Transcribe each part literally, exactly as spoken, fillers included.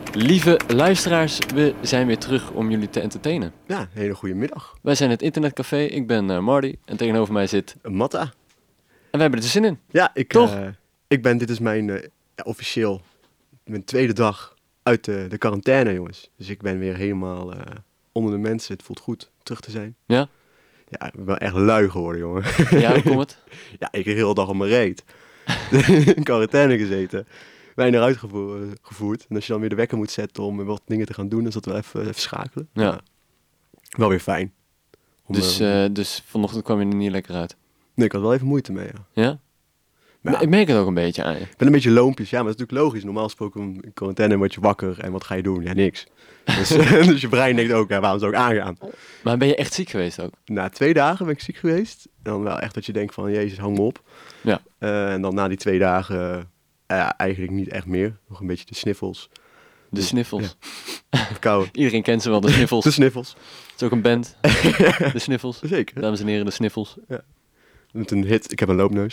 Lieve luisteraars, we zijn weer terug om jullie te entertainen. Ja, een hele goede middag. Wij zijn het Internetcafé, ik ben uh, Marty en tegenover mij zit... Matta. En wij hebben er dus zin in. Ja, ik, Toch? Uh, ik ben, dit is mijn uh, ja, officieel, mijn tweede dag uit de, de quarantaine, jongens. Dus ik ben weer helemaal uh, onder de mensen. Het voelt goed terug te zijn. Ja? Ja, ik ben echt lui geworden, jongen. Ja, hoe komt het? Ja, ik heb de hele dag op mijn reet. In quarantaine gezeten. Weinig uitgevoerd. En als je dan weer de wekker moet zetten om wat dingen te gaan doen, dan is dat wel even, even schakelen. Ja. Ja. Wel weer fijn. Om, dus, uh, dus vanochtend kwam je er niet lekker uit? Nee, ik had wel even moeite mee, ja. Ja? Maar ja, ik merk het ook een beetje aan je. Ik ben een beetje loompjes, ja, maar dat is natuurlijk logisch. Normaal gesproken in quarantaine word je wakker en wat ga je doen? Ja, niks. Dus, dus je brein denkt ook, ja, waarom zou ik aangaan? Maar ben je echt ziek geweest ook? Na twee dagen ben ik ziek geweest. En dan wel echt dat je denkt van, jezus, hang me op. Ja. Uh, en dan na die twee dagen, uh, uh, eigenlijk niet echt meer. Nog een beetje de sniffels. De dus, sniffels? Ja. Iedereen kent ze wel, de sniffels. De sniffels. Het is ook een band. De sniffels. Zeker. Dames en heren, de sniffels. Ja. Met een hit, ik heb een loopneus.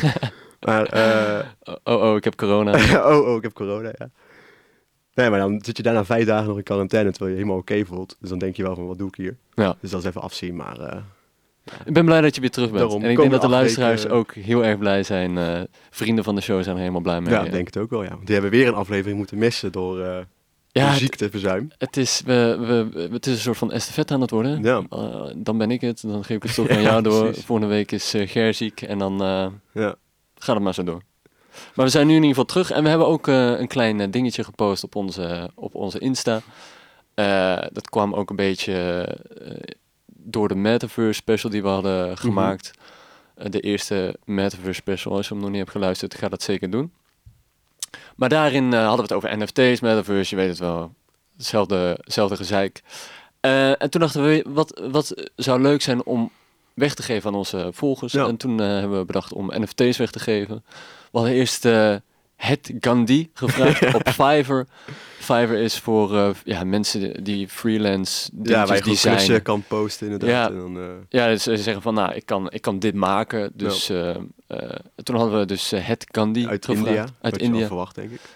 Maar, uh... oh, oh, ik heb corona. oh, oh, ik heb corona, ja. Nee, maar dan zit je daarna vijf dagen nog in quarantaine, terwijl je helemaal oké okay voelt. Dus dan denk je wel van, wat doe ik hier? Ja. Dus dat is even afzien, maar... Uh... Ik ben blij dat je weer terug bent. Daarom, en ik denk dat de luisteraars weken... ook heel erg blij zijn. Uh, vrienden van de show zijn er helemaal blij mee. Ja, ik denk het ook wel, ja. Want die hebben weer een aflevering moeten missen door... Uh... Ja, ziekteverzuim. Het is, we, we, het is een soort van estafette aan het worden. Ja. Uh, dan ben ik het, dan geef ik het toch aan jou door. Precies. Volgende week is uh, Ger ziek en dan uh, ja. gaat het maar zo door. Maar we zijn nu in ieder geval terug en we hebben ook uh, een klein uh, dingetje gepost op onze, op onze Insta. Uh, dat kwam ook een beetje uh, door de Metaverse special die we hadden gemaakt. Mm-hmm. Uh, de eerste Metaverse special, als je hem nog niet hebt geluisterd, ga dat zeker doen. Maar daarin uh, hadden we het over N F T's, Metaverse, je weet het wel. Hetzelfde, hetzelfde gezeik. Uh, en toen dachten we, wat, wat zou leuk zijn om weg te geven aan onze volgers. Ja. En toen uh, hebben we bedacht om N F T's weg te geven. We hadden eerst uh, het Gandhi gevraagd op Fiverr. Fiverr is voor uh, ja, mensen die freelance ja, waar je designen. Ja, kan posten inderdaad. Ja, en dan, uh... ja dus ze zeggen van, nou, ik kan, ik kan dit maken. Dus ja. uh, uh, toen hadden we dus uh, het Gandhi uit gevraagd. India. Uit Had India. Je al verwacht, denk ik.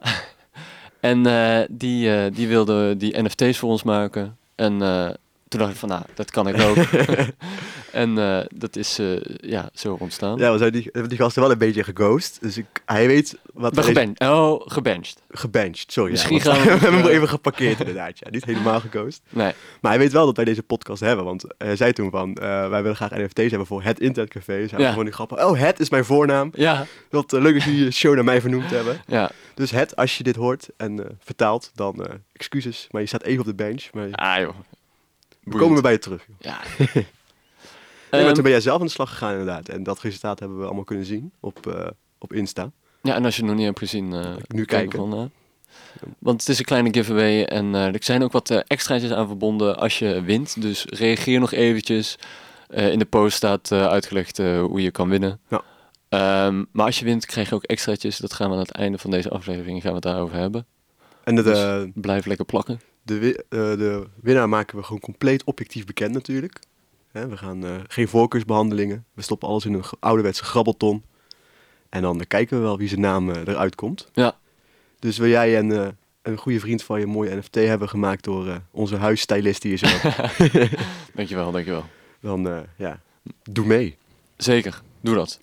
En uh, die, uh, die wilde die N F T's voor ons maken. En uh, toen dacht ik van, nou, dat kan ik ook. En uh, dat is uh, ja, zo ontstaan. Ja, we zijn die, die gasten wel een beetje geghost. Dus ik, hij weet wat... We geban- deze... Oh, gebenched. Gebenched, sorry. Misschien ja, gaan we... we hebben hem even geparkeerd inderdaad. Ja. Niet helemaal geghost. Nee. Maar hij weet wel dat wij deze podcast hebben. Want hij zei toen van, uh, wij willen graag N F T's hebben voor het Internetcafé. Dus hij ja. gewoon die grappen. Oh, het is mijn voornaam. Ja. Wat uh, leuk dat jullie de show naar mij vernoemd hebben. Ja. Dus het, als je dit hoort en uh, vertaalt, dan uh, excuses. Maar je staat even op de bench. Maar ah joh. We komen weer bij je terug. Joh. Ja. Nee, maar toen ben jij zelf aan de slag gegaan inderdaad. En dat resultaat hebben we allemaal kunnen zien op, uh, op Insta. Ja, en als je het nog niet hebt gezien, uh, nu kijken. Van, uh, want het is een kleine giveaway en uh, er zijn ook wat uh, extraatjes aan verbonden als je wint. Dus reageer nog eventjes. Uh, in de post staat uh, uitgelegd uh, hoe je kan winnen. Ja. Um, maar als je wint, krijg je ook extraatjes. Dat gaan we aan het einde van deze aflevering gaan we het daarover hebben. En de, dus de, blijf lekker plakken. De, uh, de winnaar maken we gewoon compleet objectief bekend natuurlijk. He, we gaan uh, geen voorkeursbehandelingen. We stoppen alles in een ouderwetse grabbelton. En dan uh, kijken we wel wie zijn naam uh, eruit komt. Ja. Dus wil jij een, uh, een goede vriend van je een mooie N F T hebben gemaakt door uh, onze huisstylist die is er ook. Dankjewel, dankjewel. Dan uh, ja, doe mee. Zeker, doe dat.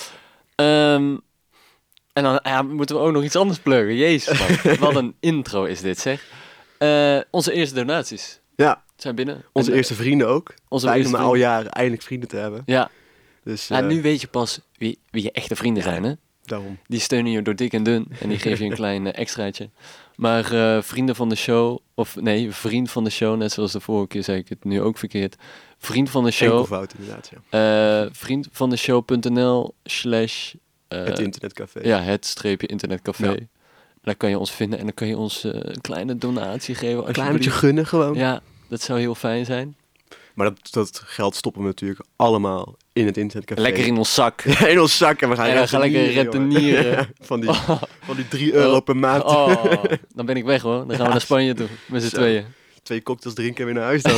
Um, en dan ja, moeten we ook nog iets anders pluggen. Jezus man, wat een intro is dit zeg. Uh, onze eerste donaties. Ja. Zijn binnen. Onze en, eerste vrienden ook. Onze Fijn eerste om al jaren eindelijk vrienden te hebben. Ja. Dus, ja, uh, nu weet je pas wie, wie je echte vrienden ja, zijn, hè? Daarom. Die steunen je door dik en dun en die geven je een klein uh, extraatje. Maar uh, vrienden van de show, of nee, vriend van de show, net zoals de vorige keer zei ik het nu ook verkeerd. Vriend van de show. Enkelvoud inderdaad, ja. Uh, vriend van de show.nl slash... Uh, het internetcafé. Ja, het streepje internetcafé. Ja. Daar kan je ons vinden en dan kan je ons uh, een kleine donatie geven. Een klein beetje gunnen gewoon. Ja, dat zou heel fijn zijn. Maar dat, dat geld stoppen we natuurlijk allemaal in het internetcafé. Lekker in ons zak. Ja, in ons zak en we gaan, en we gaan lekker rentenieren. van, die, oh. van die drie euro per maand. Oh, dan ben ik weg hoor. Dan gaan we ja, naar Spanje toe met z'n tweeën. Twee cocktails drinken en weer naar huis dan.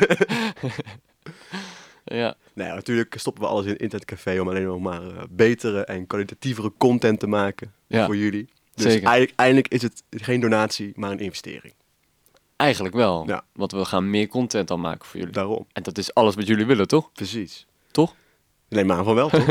Ja. Nee, natuurlijk stoppen we alles in het internetcafé om alleen nog maar uh, betere en kwalitatievere content te maken ja. voor jullie. Dus Zeker. eigenlijk, eigenlijk is het geen donatie, maar een investering. Eigenlijk wel. Ja. Want we gaan meer content dan maken voor jullie. Daarom, En dat is alles wat jullie willen, toch? precies. Toch? Neem maar aan van wel, toch?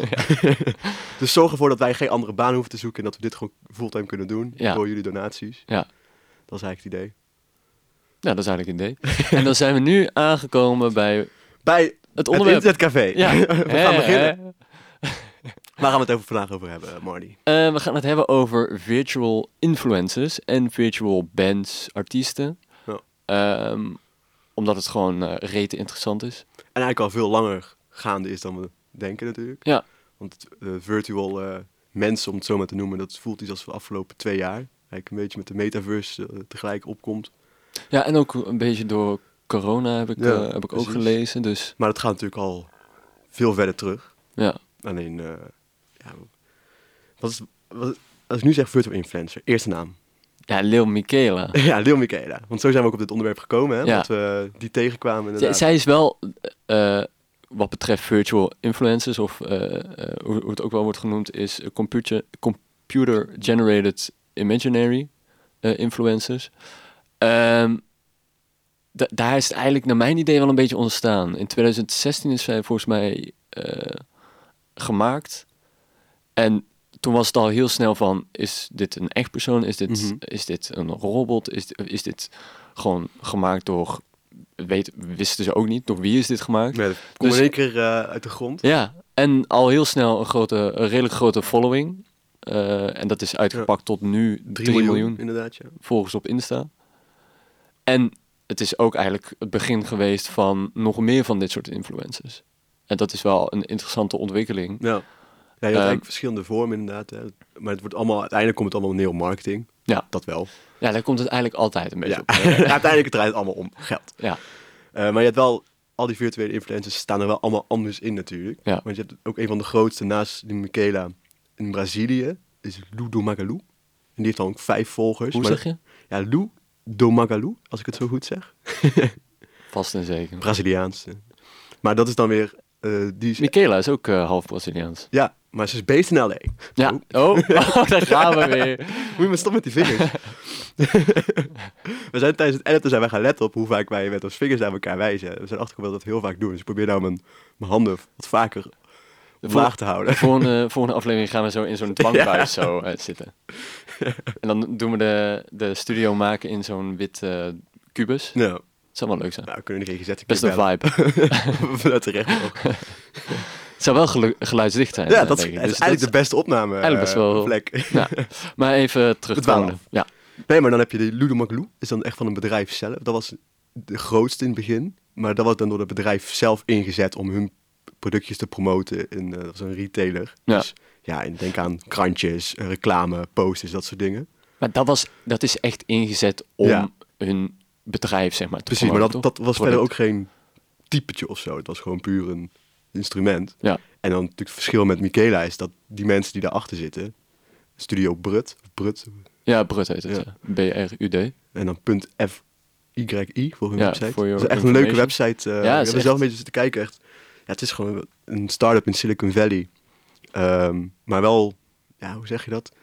Dus zorg ervoor dat wij geen andere baan hoeven te zoeken en dat we dit gewoon fulltime kunnen doen Ja. door jullie donaties. Ja. Dat is eigenlijk het idee. Ja, dat is eigenlijk het idee. En dan zijn we nu aangekomen bij Bij het onderwerp. het internetcafé. Ja. We gaan Hè, beginnen. hè. Waar gaan we het over vandaag over hebben, Marty? Eh, we gaan het hebben over virtual influencers en virtual bands, artiesten. Ja. Ehm, omdat het gewoon uh, rete interessant is. En eigenlijk al veel langer gaande is dan we denken natuurlijk. Ja. Want uh, virtual uh, mensen, om het zo maar te noemen, dat voelt iets als de afgelopen twee jaar. Eigenlijk een beetje met de metaverse uh, tegelijk opkomt. Ja, en ook een beetje door corona heb ik, Ja, uh, heb ik ook precies. gelezen. Dus Maar dat gaat natuurlijk al veel verder terug. ja. Alleen, uh, ja, wat is, wat, als ik nu zeg virtual influencer, eerste naam. Ja, Lil Michaela. Ja, Lil Michaela. Want zo zijn we ook op dit onderwerp gekomen, hè? Ja. Dat we die tegenkwamen Zij, inderdaad. zij is wel, uh, wat betreft virtual influencers, of uh, uh, hoe, hoe het ook wel wordt genoemd, is uh, computer, computer generated imaginary uh, influencers. Um, da- daar is het eigenlijk naar mijn idee wel een beetje ontstaan. In twintig zestien is zij volgens mij uh, gemaakt. En toen was het al heel snel van, is dit een echt persoon? Is dit, Mhm. is dit een robot? Is, is dit gewoon gemaakt door... Weet, wisten ze ook niet, door wie is dit gemaakt? Nee, dat komt Dus- in één keer uh, uit de grond. Ja, en al heel snel een, grote, een redelijk grote following. Uh, en dat is uitgepakt tot nu drie miljoen, Inderdaad, ja. volgers op Insta. En het is ook eigenlijk het begin geweest van nog meer van dit soort influencers. En dat is wel een interessante ontwikkeling. Ja, ja je hebt Ehm, eigenlijk verschillende vormen inderdaad. Hè. Maar het wordt allemaal, uiteindelijk komt het allemaal neo marketing. Ja. Dat wel. Ja, daar komt het eigenlijk altijd een beetje Ja. op. neer. Uiteindelijk draait het allemaal om geld. Ja, Uh, maar je hebt wel, al die virtuele influencers staan er wel allemaal anders in natuurlijk. Ja. Want je hebt ook een van de grootste naast die Michaela in Brazilië, is Lu do Magalu. En die heeft dan ook vijf volgers. hoe maar zeg je? Ja, Lu do Magalu, als ik het zo goed zeg. Vast en zeker. Braziliaans. Maar dat is dan weer, uh, die is, Michaela is ook uh, half Braziliaans. ja, maar ze is based in L A. Ja, Oh. oh, oh daar gaan we weer. Moet je maar stoppen met die vingers. We zijn tijdens het editen zijn wij gaan letten op hoe vaak wij met onze vingers naar elkaar wijzen. We zijn achtergekomen dat we dat heel vaak doen. Dus ik probeer nou mijn, mijn handen wat vaker omlaag te houden. Volgende, volgende aflevering gaan we zo in zo'n dwangbuis zo uh, zitten. En dan doen we de, de studio maken in zo'n wit uh, kubus. Ja, Dat zou wel leuk zijn. nou, we kunnen er geen gezet. Best een vibe. Vanuit terecht ook. Het zou wel gelu- geluidsdicht zijn. Ja, uh, dat is, denk ik. het is Dus eigenlijk de beste opname eigenlijk best uh, wel- plek. Ja. Maar even terug Het dwalen komen. Ja. Nee, maar dan heb je de Ludo Magalu. Is dan echt van een bedrijf zelf. Dat was de grootste in het begin. Maar dat was dan door het bedrijf zelf ingezet om hun productjes te promoten. In, uh, dat was een retailer. Ja. Dus ja, en denk aan krantjes, uh, reclame, posters, dat soort dingen. Maar dat, was, dat is echt ingezet om Ja. hun bedrijf, zeg maar, te Precies, maar promoten, dat, toch? dat was Product. verder ook geen typetje of zo. Het was gewoon puur een instrument. Ja. En dan natuurlijk het verschil met Michaela is dat die mensen die daarachter zitten, Studio Brut, of Brut, Ja, Brut heet het. Ja. Ja. B R U D. en dan .f y i voor hun Ja, website. for your Dat is echt een leuke information. website. Uh, Ja, ja, het we is hebben echt- zelf een beetje zitten kijken. Echt. Ja, het is gewoon een start-up in Silicon Valley. Um, maar wel, ja, hoe zeg je dat?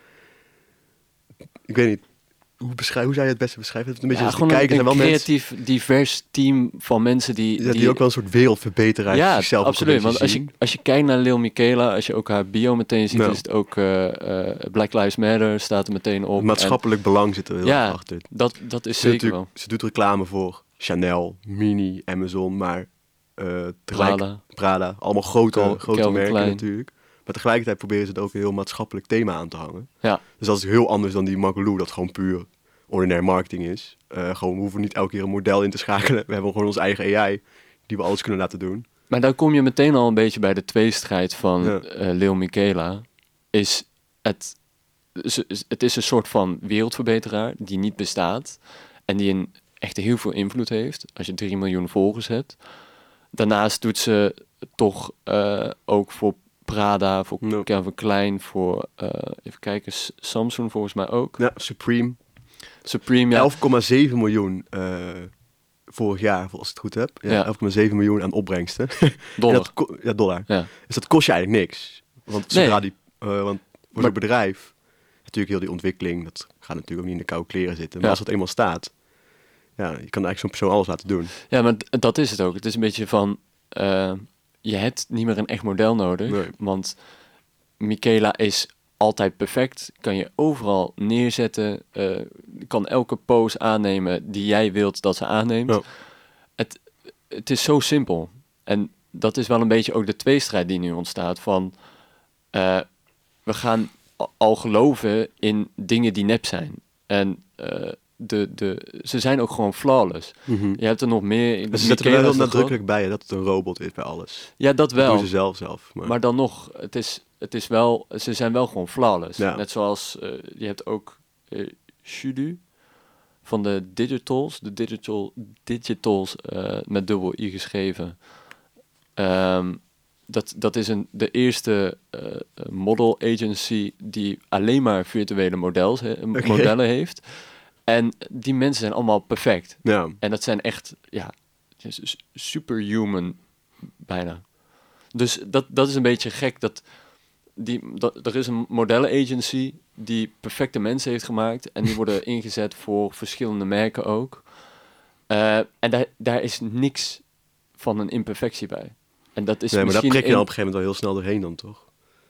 Ik weet niet. Hoe, beschrijf, hoe zou je het beste beschrijven? Het is een beetje Ja, als te gewoon kijken. een, zijn een wel mensen creatief, divers team van mensen die... ja, die, ook wel een soort wereldverbeteraar Ja, zichzelf ook een absoluut. beetje Want als je, zien. als je kijkt naar Lil Michaela, als je ook haar bio meteen ziet, Nou. is het ook uh, uh, Black Lives Matter staat er meteen op. Het maatschappelijk belang zit er heel Ja, erg achter. En dat, dat is Ze doet, zeker wel. natuurlijk- ze doet reclame voor Chanel, Mini, Amazon, maar uh, tegelijk Prada. Prada. Allemaal grote, Cal- grote Calvin merken Klein. natuurlijk. Maar tegelijkertijd proberen ze het ook een heel maatschappelijk thema aan te hangen. Ja. Dus dat is heel anders dan die Magalu, dat gewoon puur ordinair marketing is. Uh, gewoon, we hoeven niet elke keer een model in te schakelen. We hebben gewoon onze eigen A I die we alles kunnen laten doen. Maar dan kom je meteen al een beetje bij de tweestrijd van Ja. uh, Lil Michaela. Is het, ze- het is een soort van wereldverbeteraar die niet bestaat. En die een, echt heel veel invloed heeft. Als je drie miljoen volgers hebt. Daarnaast doet ze toch uh, ook voor Prada, voor Ja. Calvin Klein, voor, uh, even kijken, S- Samsung volgens mij ook. Ja, Supreme. Supreme, ja. elf komma zeven miljoen uh, vorig jaar, als ik het goed heb. Ja, Ja. elf komma zeven miljoen aan opbrengsten. Dollar. En dat ko- ja, dollar. Ja. Dus dat kost je eigenlijk niks. Want zodra Nee. die, uh, want voor Maar- zo'n bedrijf, Natuurlijk heel die ontwikkeling, dat gaat natuurlijk ook niet in de koude kleren zitten. Maar Ja. als het eenmaal staat, ja, je kan eigenlijk zo'n persoon alles laten doen. Ja, maar d- dat is het ook. Het is een beetje van, uh, je hebt niet meer een echt model nodig. Nee. Want Michaela is altijd perfect. Kan je overal neerzetten. Uh, kan elke pose aannemen die jij wilt dat ze aanneemt. Ja. Het, het is zo simpel. En dat is wel een beetje ook de tweestrijd die nu ontstaat. Van, uh, we gaan al geloven in dingen die nep zijn. En uh, de, de, ze zijn ook gewoon flawless. Mm-hmm. Je hebt er nog meer... Dus ze zetten er wel heel nadrukkelijk bij dat het een robot is bij alles. Ja, dat wel. Dat doen ze zelf zelf. Maar, maar dan nog, het is, het is wel, ze zijn wel gewoon flawless. Ja. Net zoals, uh, je hebt ook uh, Shudu van de Digitals. De Digital, Digitals uh, met dubbel I geschreven. Um, dat, dat is een, de eerste uh, model agency die alleen maar virtuele models, he, okay. modellen heeft. En die mensen zijn allemaal perfect. Ja. En dat zijn echt, ja, superhuman bijna. Dus dat, dat is een beetje gek. Dat die, dat, er is een modellen agency die perfecte mensen heeft gemaakt. En die worden ingezet voor verschillende merken ook. Uh, en daar, daar is niks van een imperfectie bij. En dat is nee, maar daar prik je in... dan op een gegeven moment wel heel snel doorheen dan, toch?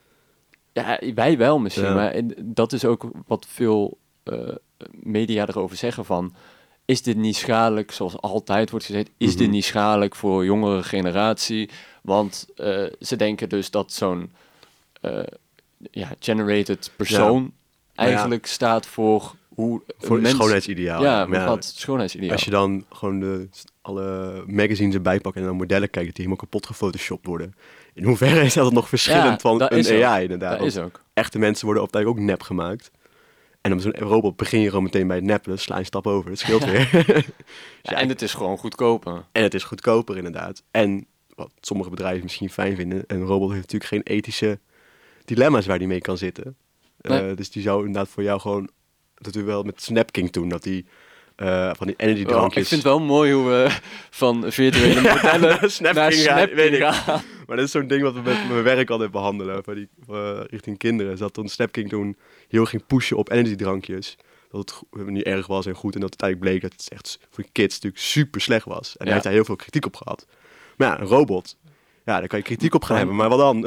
Ja, wij wel misschien. Ja. Maar dat is ook wat veel uh, media erover zeggen van... Is dit niet schadelijk, zoals altijd wordt gezegd... Is mm-hmm. dit niet schadelijk voor jongere generatie? Want uh, ze denken dus dat zo'n uh, ja, generated persoon... Ja. eigenlijk ja. staat voor... Hoe voor het mens... schoonheidsideaal. Ja, maar ja, het schoonheidsideaal. Als je dan gewoon de, alle magazines erbij pakt en dan modellen kijkt... die helemaal kapot gefotoshopt worden... In hoeverre is dat nog verschillend ja, van een A I ook. inderdaad? Dat is ook. Echte mensen worden op tijd ook nep gemaakt. En op zo'n robot begin je gewoon meteen bij het neppen. Dus sla je een stap over. Dat scheelt weer. dus ja, en het is gewoon goedkoper. En het is goedkoper inderdaad. En wat sommige bedrijven misschien fijn vinden... een robot heeft natuurlijk geen ethische dilemma's waar die mee kan zitten. Nee. Uh, dus die zou inderdaad voor jou gewoon... Dat we wel met SnapKing toen, dat die... Uh, van die energy drankjes. Oh, ik vind het wel mooi hoe we van virtuele modellen naar SnapKing gaan. gaan. Maar dat is zo'n ding wat we met mijn werk altijd behandelen. Van die, uh, richting kinderen. Dat toen SnapKing toen heel ging pushen op energy drankjes. Dat het niet erg was en goed. En dat het uiteindelijk bleek dat het echt voor kids natuurlijk super slecht was. En ja. Daar heeft hij heel veel kritiek op gehad. Maar ja, een robot. Ja, daar kan je kritiek op gaan hebben. Maar wat dan?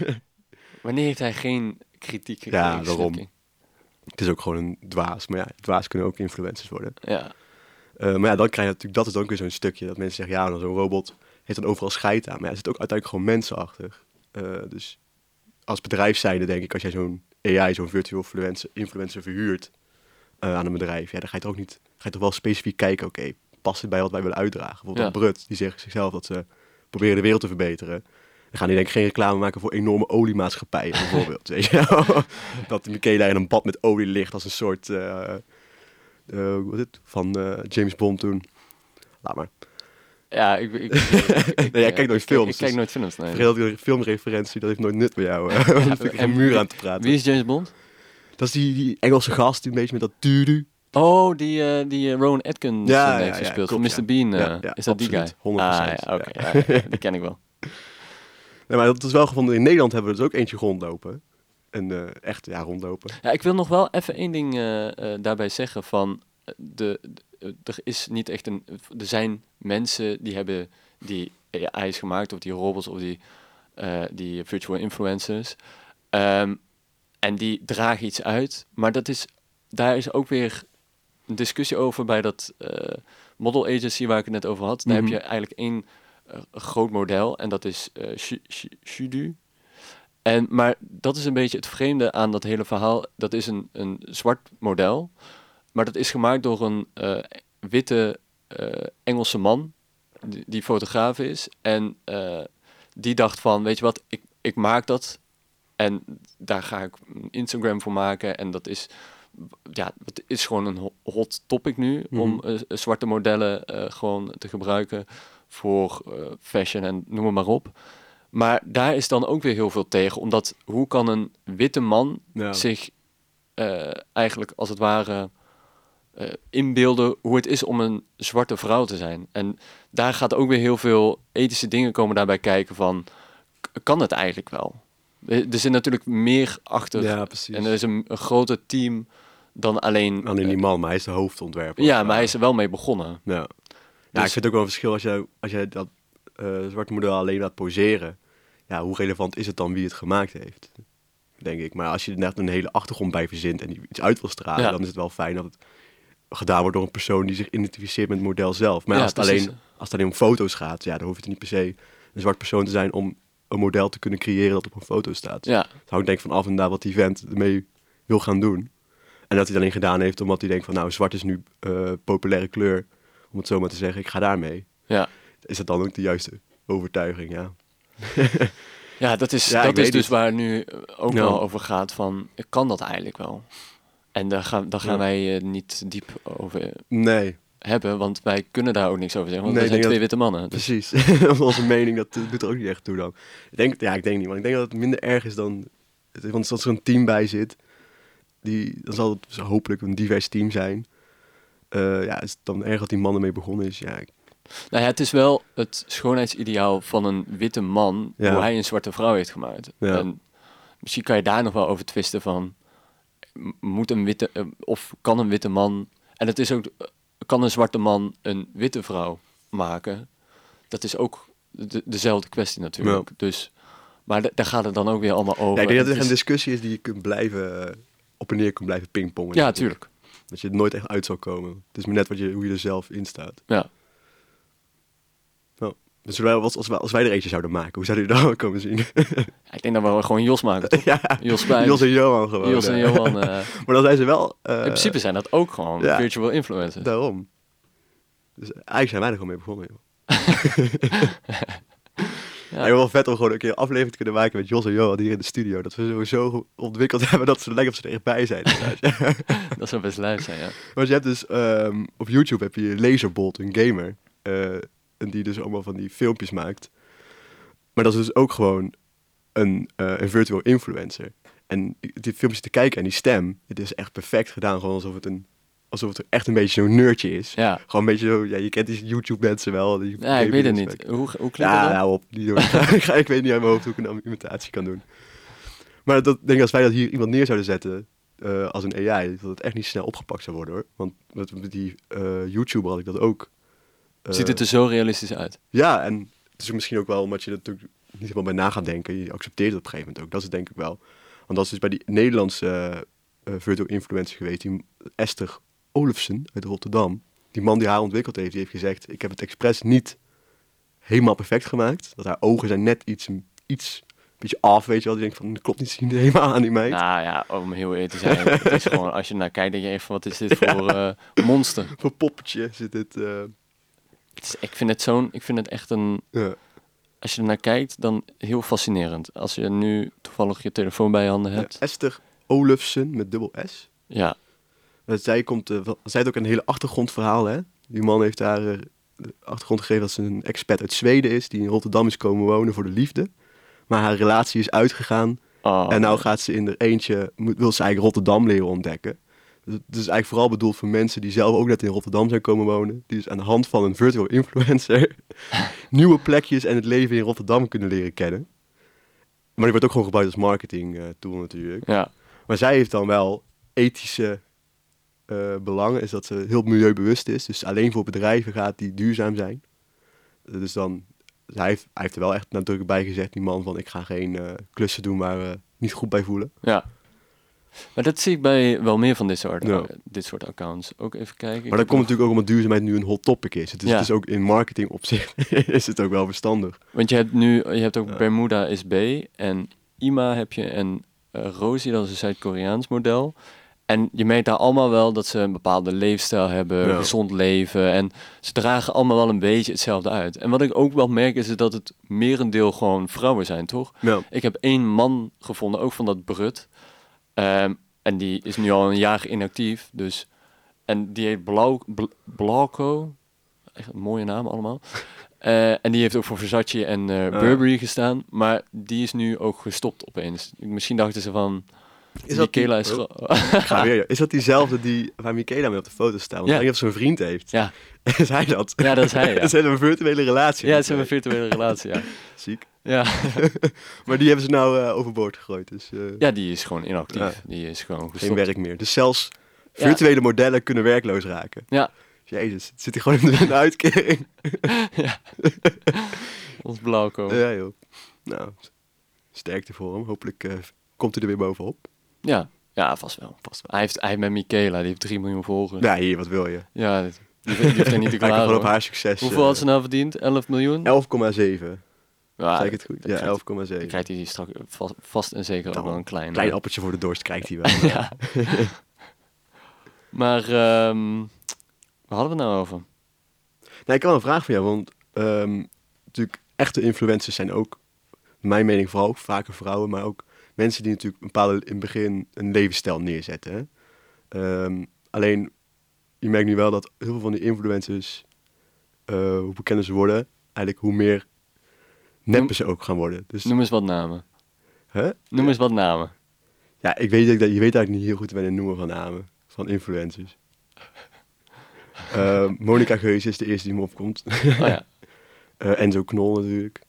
Wanneer heeft hij geen kritiek gekregen? Ja, waarom? Het is ook gewoon een dwaas. Maar ja, dwaas kunnen ook influencers worden. Ja. Uh, maar ja, dan krijg je natuurlijk... Dat is dan ook weer zo'n stukje. Dat mensen zeggen, ja, nou, zo'n robot heeft dan overal scheid aan. Maar ja, er zit ook uiteindelijk gewoon mensen achter. Uh, dus als bedrijf zijnde denk ik... Als jij zo'n A I, zo'n virtual influencer, influencer verhuurt... Uh, aan een bedrijf... Ja, dan ga je toch ook niet... Ga je toch wel specifiek kijken... Oké, okay, past het bij wat wij willen uitdragen? Bijvoorbeeld ja. Brut, die zegt zichzelf dat ze... proberen de wereld te verbeteren... Dan gaan die denk ik geen reclame maken voor enorme oliemaatschappijen bijvoorbeeld. Weet je? Dat Michaela in een bad met olie ligt als een soort... Uh, uh, wat is het? Van uh, James Bond toen. Laat maar. Ja, ik... ik, ik, ik nee, jij kijkt nooit films. Ik, ik kijk nooit films, nee. Vergeet die filmreferentie, dat heeft nooit nut bij jou. Ja, dan zit ik geen muur aan te praten. Wie is James Bond? Dat is die, die Engelse gast, die een beetje met dat dudu. Oh, die, uh, die uh, Rowan Atkinson ja, heeft ja, gespeeld. Ja, van mister Bean. Uh, ja, ja, is dat absoluut, die guy? honderd procent. Ah, ja, oké. Okay. Ja, ja, die ken ik wel. Nee, maar dat is wel gevonden. In Nederland hebben we dus ook eentje rondlopen. En uh, echt, ja, rondlopen. Ja, ik wil nog wel even één ding uh, uh, daarbij zeggen van... De, de, er is niet echt een... Er zijn mensen die hebben die A I's gemaakt, of die robots, of die, uh, die virtual influencers. Um, en die dragen iets uit. Maar dat is, daar is ook weer een discussie over bij dat uh, model agency waar ik het net over had. Daar mm-hmm. heb je eigenlijk één uh, groot model en dat is uh, Shudu. En, maar dat is een beetje het vreemde aan dat hele verhaal. Dat is een, een zwart model, maar dat is gemaakt door een uh, witte uh, Engelse man, die, die fotograaf is. En uh, die dacht van, weet je wat, ik, ik maak dat en daar ga ik een Instagram voor maken. En dat is, ja, het is gewoon een hot topic nu, mm-hmm. om uh, zwarte modellen uh, gewoon te gebruiken voor uh, fashion en noem maar, maar op. Maar daar is dan ook weer heel veel tegen, omdat hoe kan een witte man ja. zich uh, eigenlijk als het ware uh, inbeelden hoe het is om een zwarte vrouw te zijn. En daar gaat ook weer heel veel ethische dingen komen daarbij kijken van, k- kan het eigenlijk wel? Er, er zit natuurlijk meer achter. Ja, precies. En er is een, een groter team dan alleen... Alleen die man, maar hij is de hoofdontwerper. Ja, maar hij is er wel mee begonnen. Ja, ja Dus- ik vind het ook wel een verschil als jij, als jij dat uh, zwarte model alleen laat poseren. Ja, hoe relevant is het dan wie het gemaakt heeft? Denk ik. Maar als je er net een hele achtergrond bij verzint en die iets uit wil stralen, Ja. dan is het wel fijn dat het gedaan wordt door een persoon die zich identificeert met het model zelf. Maar Ja, als, het precies. alleen, als het alleen om foto's gaat, ja, dan hoeft het niet per se een zwart persoon te zijn om een model te kunnen creëren dat op een foto staat. Ja, Het hangt denk ik van af en naar wat die vent ermee wil gaan doen. En dat hij het alleen gedaan heeft omdat hij denkt van nou, zwart is nu uh, populaire kleur, om het zo maar te zeggen, ik ga daarmee. ja. Is dat dan ook de juiste overtuiging, ja. Ja, dat is, Ja, ik dat is weet dus het. waar het nu ook Ja. wel over gaat van, kan dat eigenlijk wel? En daar gaan, daar gaan Ja. wij uh, niet diep over Nee, hebben, want wij kunnen daar ook niks over zeggen, want Nee, we zijn ik twee denk witte mannen. Dus, precies. Onze mening, dat uh, doet er ook niet echt toe dan. Ik denk, ja, ik denk niet, maar ik denk dat het minder erg is dan... Want als er een team bij zit, die, dan zal het hopelijk een divers team zijn. Uh, ja, is het dan erg dat die man ermee begonnen is? Ja, ik- nou ja, het is wel het schoonheidsideaal van een witte man, Ja. hoe hij een zwarte vrouw heeft gemaakt. Ja. En misschien kan je daar nog wel over twisten van, m- moet een witte, uh, of kan een witte man, en het is ook, uh, kan een zwarte man een witte vrouw maken? Dat is ook de, dezelfde kwestie natuurlijk. Dus, maar d- daar gaat het dan ook weer allemaal over. ja, ik denk dat Het het echt is- een discussie is die je kunt blijven, uh, op en neer kunt blijven pingpongen. Ja, denk ik. tuurlijk. Dat je er nooit echt uit zal komen. Het is maar net wat je, hoe je er zelf in staat. Ja. Dus wij, als, als, wij, als wij er eentje zouden maken, hoe zouden jullie dan komen zien? Ja, ik denk dat we gewoon Jos maken, toch? ja, Jos Spijs. Jos en Johan gewoon. Jos en uh. Johan. uh, Maar dan zijn ze wel... uh, in principe zijn dat ook gewoon ja. virtual influencers. Daarom. Dus eigenlijk zijn wij er gewoon mee begonnen, joh. Ja. Ja. Wel vet om gewoon een keer een aflevering te kunnen maken met Jos en Johan hier in de studio. Dat we sowieso ontwikkeld hebben dat ze lijkt of ze er echt bij zijn. Dat zou best lijf zijn, ja. Maar je hebt dus um, op YouTube heb je Laserbolt, een gamer. Uh, en die dus allemaal van die filmpjes maakt. Maar dat is dus ook gewoon een, uh, een virtual influencer. En die filmpjes te kijken en die stem, het is echt perfect gedaan. Gewoon alsof het, een, alsof het echt een beetje zo'n nerdje is. Ja, Gewoon een beetje zo, ja, je kent die YouTube mensen wel. Die ja ik weet het gamers. niet. Hoe, hoe klinkt Ja, dat? nou op. Die doen. ik, ga, ik weet niet uit mijn hoofd hoe ik een imitatie kan doen. Maar dat, denk ik, als wij dat hier iemand neer zouden zetten uh, als een A I, dat het echt niet snel opgepakt zou worden hoor. Want met, met die uh, YouTuber had ik dat ook. Uh, Ziet het er zo realistisch uit? Ja, en het is misschien ook wel omdat je er natuurlijk niet helemaal bij na gaat denken. Je accepteert het op een gegeven moment ook. Dat is het denk ik wel. Want dat is dus bij die Nederlandse uh, uh, virtual influencer geweest, die Esther Olofsen uit Rotterdam. Die man die haar ontwikkeld heeft, die heeft gezegd, ik heb het expres niet helemaal perfect gemaakt. Dat haar ogen zijn net iets, iets een beetje af, weet je wel. Die denkt van, dat klopt niet helemaal aan die meid. Nou ja, om heel eerlijk te zijn. Het is gewoon, als je naar kijkt, denk je even, wat is dit voor uh, monster? Voor poppetje zit dit... Uh... Het is, ik vind het zo'n, ik vind het echt een... Ja. Als je er naar kijkt, dan heel fascinerend. Als je nu toevallig je telefoon bij je handen hebt. Ja, Esther Olofsen met dubbel S. Ja, Zij, komt, uh, zij heeft ook een hele achtergrondverhaal, hè. Die man heeft haar uh, de achtergrond gegeven dat ze een expat uit Zweden is, die in Rotterdam is komen wonen voor de liefde. Maar haar relatie is uitgegaan oh, en nou gaat ze in er eentje, moet, wil ze eigenlijk Rotterdam leren ontdekken. Dus het is eigenlijk vooral bedoeld voor mensen die zelf ook net in Rotterdam zijn komen wonen. Die dus aan de hand van een virtual influencer nieuwe plekjes en het leven in Rotterdam kunnen leren kennen. Maar die wordt ook gewoon gebruikt als marketing uh, tool natuurlijk. ja. Maar zij heeft dan wel ethische uh, belangen, is dat ze heel milieubewust is. Dus alleen voor bedrijven gaat die duurzaam zijn. Uh, dus dan, hij heeft, hij heeft er wel echt nadrukkelijk bij gezegd, die man, van ik ga geen uh, klussen doen waar we niet goed bij voelen. Ja. Maar dat zie ik bij wel meer van dit soort, Ja. uh, dit soort accounts. Ook even kijken. Maar dat komt natuurlijk ook omdat duurzaamheid nu een hot topic is. Het is, Ja. het is ook in marketing opzicht is het ook wel verstandig. Want je hebt nu, je hebt ook Ja. Bermuda is B en Ima heb je en uh, Rosie, dat is een Zuid-Koreaans model. En je merkt daar allemaal wel dat ze een bepaalde leefstijl hebben, Ja. gezond leven. En ze dragen allemaal wel een beetje hetzelfde uit. En wat ik ook wel merk is dat het merendeel gewoon vrouwen zijn, toch? Ja. Ik heb één man gevonden, ook van dat Brut. Um, en die is nu al een jaar inactief. Dus, en die heet Blau, Bl- Blauwko. Echt een mooie naam allemaal. Uh, en die heeft ook voor Versace en uh, Burberry gestaan. Maar die is nu ook gestopt opeens. Misschien dachten ze van... Is dat Michaela die- is... oh. gro- Ik ga weer, is dat diezelfde die, waar Michaela mee op de foto staat? Want Ja. ik denk dat ze een vriend heeft. Ja. Is hij dat? Ja, dat is hij, ja. Ze hebben een virtuele relatie. Ja, het is een virtuele relatie, ja. Ziek. Ja, Maar die hebben ze nou uh, overboord gegooid. Dus uh, ja die is gewoon inactief. Ja. Die is gewoon gestopt. geen werk meer. Dus zelfs virtuele ja. modellen kunnen werkloos raken. Ja. Jezus, het zit hier gewoon in een uitkering. Ja. Ons blauwkomen. Ja joh. Nou, sterkte voor hem. Hopelijk uh, komt hij er weer bovenop. Ja, ja vast wel. Vast wel. Hij, heeft, hij heeft met Michaela, die heeft drie miljoen volgers. Ja, hier, wat wil je? Ja, die, die heeft er niet te klaar. Gewoon op haar succes. Hoeveel uh, had ze nou verdiend? elf miljoen? elf komma zeven. Ja, zeg ik het goed? Ja, elf komma zeven. Dan krijgt hij straks vast, vast en zeker ook wel een klein... klein appeltje voor de dorst krijgt hij wel. Ja. Maar, um, waar hadden we het nou over? Nou, ik had een vraag voor jou, want um, natuurlijk echte influencers zijn ook, in mijn mening vooral, vaker vrouwen, maar ook mensen die natuurlijk een bepaalde, in het begin een levensstijl neerzetten. Hè? Um, alleen, je merkt nu wel dat heel veel van die influencers, uh, hoe bekender ze worden, eigenlijk hoe meer neppen ze ook gaan worden. Dus, Noem eens wat namen. Huh? Noem eens wat namen. Ja, ik weet dat je weet eigenlijk niet heel goed bij de noemen van namen, van influencers. uh, Monica Geuze is de eerste die me opkomt. Oh ja. uh, Enzo Knol natuurlijk.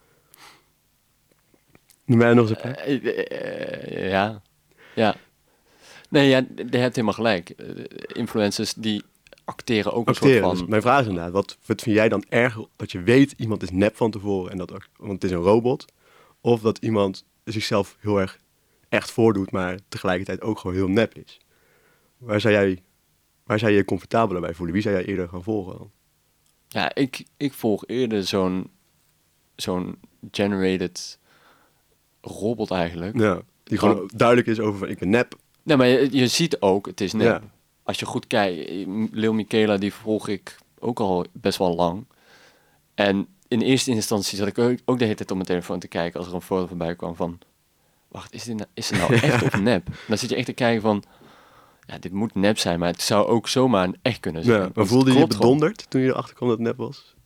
Noem mij nog eens een paar. Uh, uh, uh, ja. Ja. Nee, ja, je hebt helemaal gelijk. Uh, influencers die acteren ook acteren, een soort van... Dus mijn vraag is inderdaad, wat, wat vind jij dan erg dat je weet iemand is nep van tevoren en dat, want het is een robot, of dat iemand zichzelf heel erg echt voordoet, maar tegelijkertijd ook gewoon heel nep is? Waar zou jij, waar zou je je comfortabeler bij voelen? Wie zou jij eerder gaan volgen dan? Ja, ik, ik volg eerder zo'n zo'n generated robot eigenlijk. Ja, die gewoon Gewoon- duidelijk is over van ik ben nep. Nee, maar je, je ziet ook, het is nep. Ja. Als je goed kijkt, Lil Michaela, die volg ik ook al best wel lang. En in eerste instantie zat ik ook, ook de hele tijd op mijn telefoon te kijken als er een foto voorbij kwam van... Wacht, is, dit nou, is het nou echt of nep? Dan zit je echt te kijken van... Ja, dit moet nep zijn, maar het zou ook zomaar een echt kunnen zijn. Ja, Want maar het voelde je je klopt gewoon. bedonderd toen je erachter kwam dat het nep was?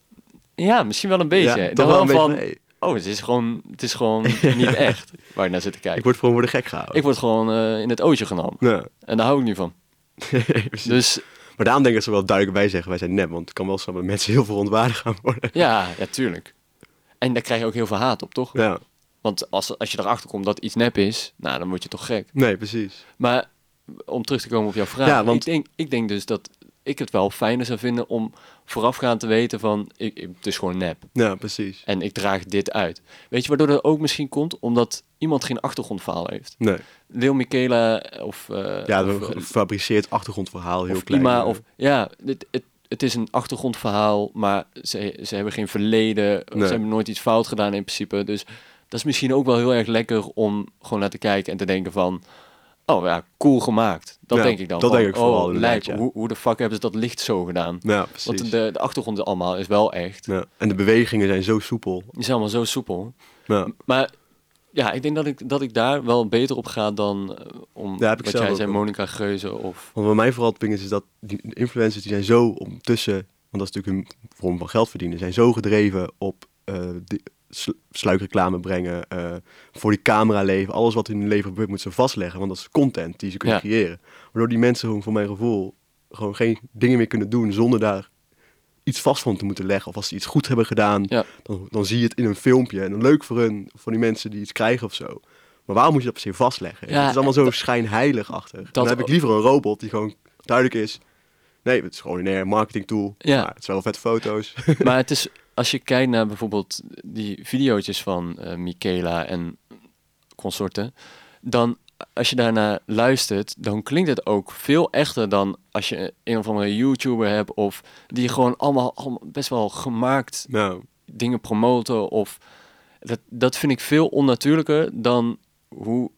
Ja, misschien wel een beetje. Ja, Dan toch wel een van, beetje, hey. oh, het is gewoon, het is gewoon niet echt waar je naar zit te kijken. Ik word gewoon voor de gek gehouden. Ik word gewoon uh, in het ootje genomen. Ja. En daar hou ik niet van. Precies. Dus Maar daarom denk ik dat ze wel duidelijk bij zeggen, wij zijn nep. Want het kan wel zo dat mensen heel veel ontwaardigd gaan worden. ja, ja, tuurlijk. En daar krijg je ook heel veel haat op, toch? Ja, Want als, als je erachter komt dat iets nep is, nou, dan word je toch gek. nee, precies. Maar om terug te komen op jouw vraag. Ja, want- ik, denk, ik denk dus dat ik het wel fijner zou vinden om voorafgaand te weten van... Ik, ik, het is gewoon nep. Ja, precies. En ik draag dit uit. Weet je waardoor dat ook misschien komt? Omdat iemand geen achtergrondverhaal heeft. Nee. Lil Michaela of... uh, Ja, of, een gefabriceerd achtergrondverhaal, heel of klein. Ima, eh. of ja, het, het, het is een achtergrondverhaal, maar ze, ze hebben geen verleden. Nee. Ze hebben nooit iets fout gedaan in principe. Dus dat is misschien ook wel heel erg lekker om gewoon naar te kijken en te denken van... Oh ja, cool gemaakt. Dat Ja, denk ik dan. dat van, denk ik vooral oh, inderdaad, lijp, ja. hoe, hoe de fuck hebben ze dat licht zo gedaan? Ja, precies. Want de, de achtergrond allemaal is wel echt. Ja. En de bewegingen zijn zo soepel. Die is allemaal zo soepel. Ja. Maar ja, ik denk dat ik, dat ik daar wel beter op ga dan uh, om Ja, heb ik wat zelf jij ook zei, wel. Monica Geuze of... Want wat mij vooral het ding is, is dat die influencers die zijn zo ondertussen, want dat is natuurlijk een vorm van geld verdienen, zijn zo gedreven op uh, die sl- sluikreclame brengen, uh, voor die camera leven, alles wat in hun leven gebeurt moet ze vastleggen, want dat is content die ze kunnen Ja. creëren. Waardoor die mensen gewoon, voor mijn gevoel, gewoon geen dingen meer kunnen doen zonder daar iets vast van te moeten leggen. Of als ze iets goed hebben gedaan, Ja. dan, dan zie je het in een filmpje. En dan leuk voor hun, voor die mensen die iets krijgen of zo. Maar waarom moet je dat per se vastleggen? Ja, het is allemaal zo dat- schijnheilig achter. Dan dat heb ik ook. liever een robot die gewoon duidelijk is. Nee, het is gewoon een marketing tool. Ja. Maar het is wel vet foto's. Maar het is, als je kijkt naar bijvoorbeeld die videootjes van uh, Michaela en consorten, dan als je daarnaar luistert, dan klinkt het ook veel echter dan als je een of andere YouTuber hebt of die gewoon allemaal, allemaal best wel gemaakt nou, dingen promoten of dat, dat vind ik veel onnatuurlijker dan hoe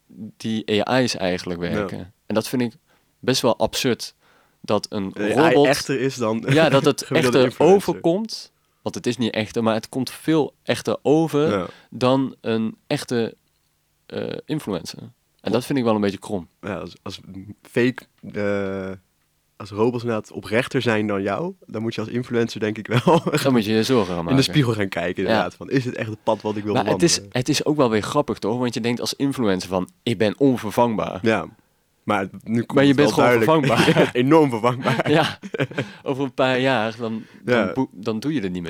die A I's eigenlijk werken. Ja. En dat vind ik best wel absurd dat een de robot A I echter is dan. ja, dat het gemiddelde echter influencer. overkomt. Want het is niet echter, maar het komt veel echter over Ja. dan een echte uh, influencer. En dat vind ik wel een beetje krom. Ja, als, als fake, uh, als robots inderdaad oprechter zijn dan jou, dan moet je als influencer denk ik wel Dan moet je je zorgen gaan maken. in de spiegel gaan kijken inderdaad. Ja. Van, is het echt het pad wat ik wil Maar het bewandelen? is, het is ook wel weer grappig, toch? Want je denkt als influencer van, ik ben onvervangbaar. Ja, maar nu komt Maar je het bent wel gewoon duidelijk. vervangbaar. Je bent enorm vervangbaar. Ja, over een paar jaar, dan, dan, Ja. boe- dan doe je er niet meer toe.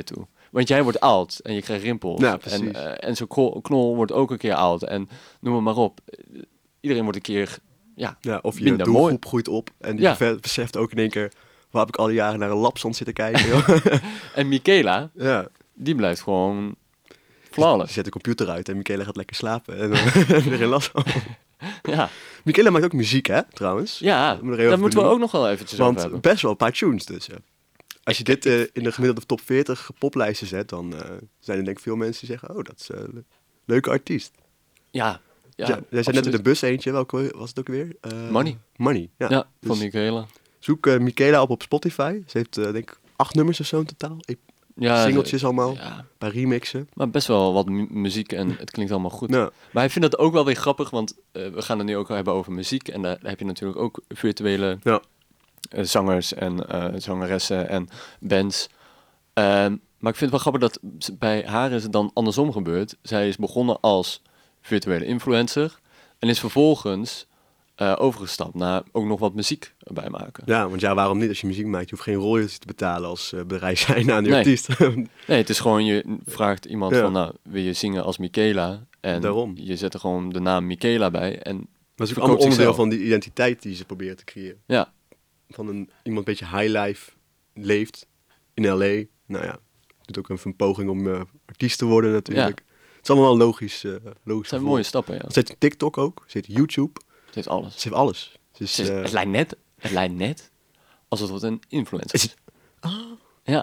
Want jij wordt oud en je krijgt rimpels. Ja, en precies. uh, en zo'n knol, knol wordt ook een keer oud. En noem het maar op. Iedereen wordt een keer ja, Ja, of je minder doelgroep mooi. groeit op en die Ja. beve- beseft ook in één keer... waar heb ik al die jaren naar een lapsand zitten kijken? joh. En Michaela, ja. die blijft gewoon Je flawless. zet de computer uit en Michaela gaat lekker slapen. En dan heb je er geen last van. Ja, Michaela maakt ook muziek, hè, trouwens. ja Moet er even daar over moeten we benoemen. ook nog wel eventjes over Want hebben. best wel een paar tunes dus. Ja. Als je dit uh, in de gemiddelde top veertig poplijsten zet, dan uh, zijn er denk ik veel mensen die zeggen... oh, dat is een uh, leuke artiest. Ja, ja, Ja, jij zei net in de bus eentje, welke was het ook weer? Uh, Money. Money, ja. Ja, Dus van Michaela. zoek uh, Michaela op op Spotify. Ze heeft uh, denk ik acht nummers of zo in totaal. E- Ja, Singeltjes allemaal, Ja, een paar remixen. maar best wel wat mu- muziek en het klinkt allemaal goed. Nou, Maar ik vind dat ook wel weer grappig, want uh, we gaan het nu ook wel hebben over muziek. En daar heb je natuurlijk ook virtuele Ja. uh, zangers en uh, zangeressen en bands. Um, maar ik vind het wel grappig dat z- bij haar is het dan andersom gebeurd. Zij is begonnen als virtuele influencer en is vervolgens uh, overgestapt naar ook nog wat muziek erbij maken. ja, want ja, waarom niet? Als je muziek maakt, je hoeft geen royalties te betalen als uh, bedrijf zijn aan die Nee. artiest. Nee, het is gewoon, je vraagt iemand Ja. van, nou, wil je zingen als Michaela? En Daarom. je zet er gewoon de naam Michaela bij en Maar het is ook verkoopt allemaal onderdeel zichzelf. van die identiteit die ze proberen te creëren. ja, Van een, iemand een beetje high life leeft in L A. Nou ja, doet ook even een poging om uh, artiest te worden natuurlijk. Het is allemaal wel logisch. Uh, logisch het zijn gevolg. mooie stappen, ja. Ze heeft TikTok ook, ze heeft YouTube, Het is alles. ze heeft alles. Ze is, Het, is- uh, het, lijkt net, het lijkt net als het wordt een influencer. Is het- Ja.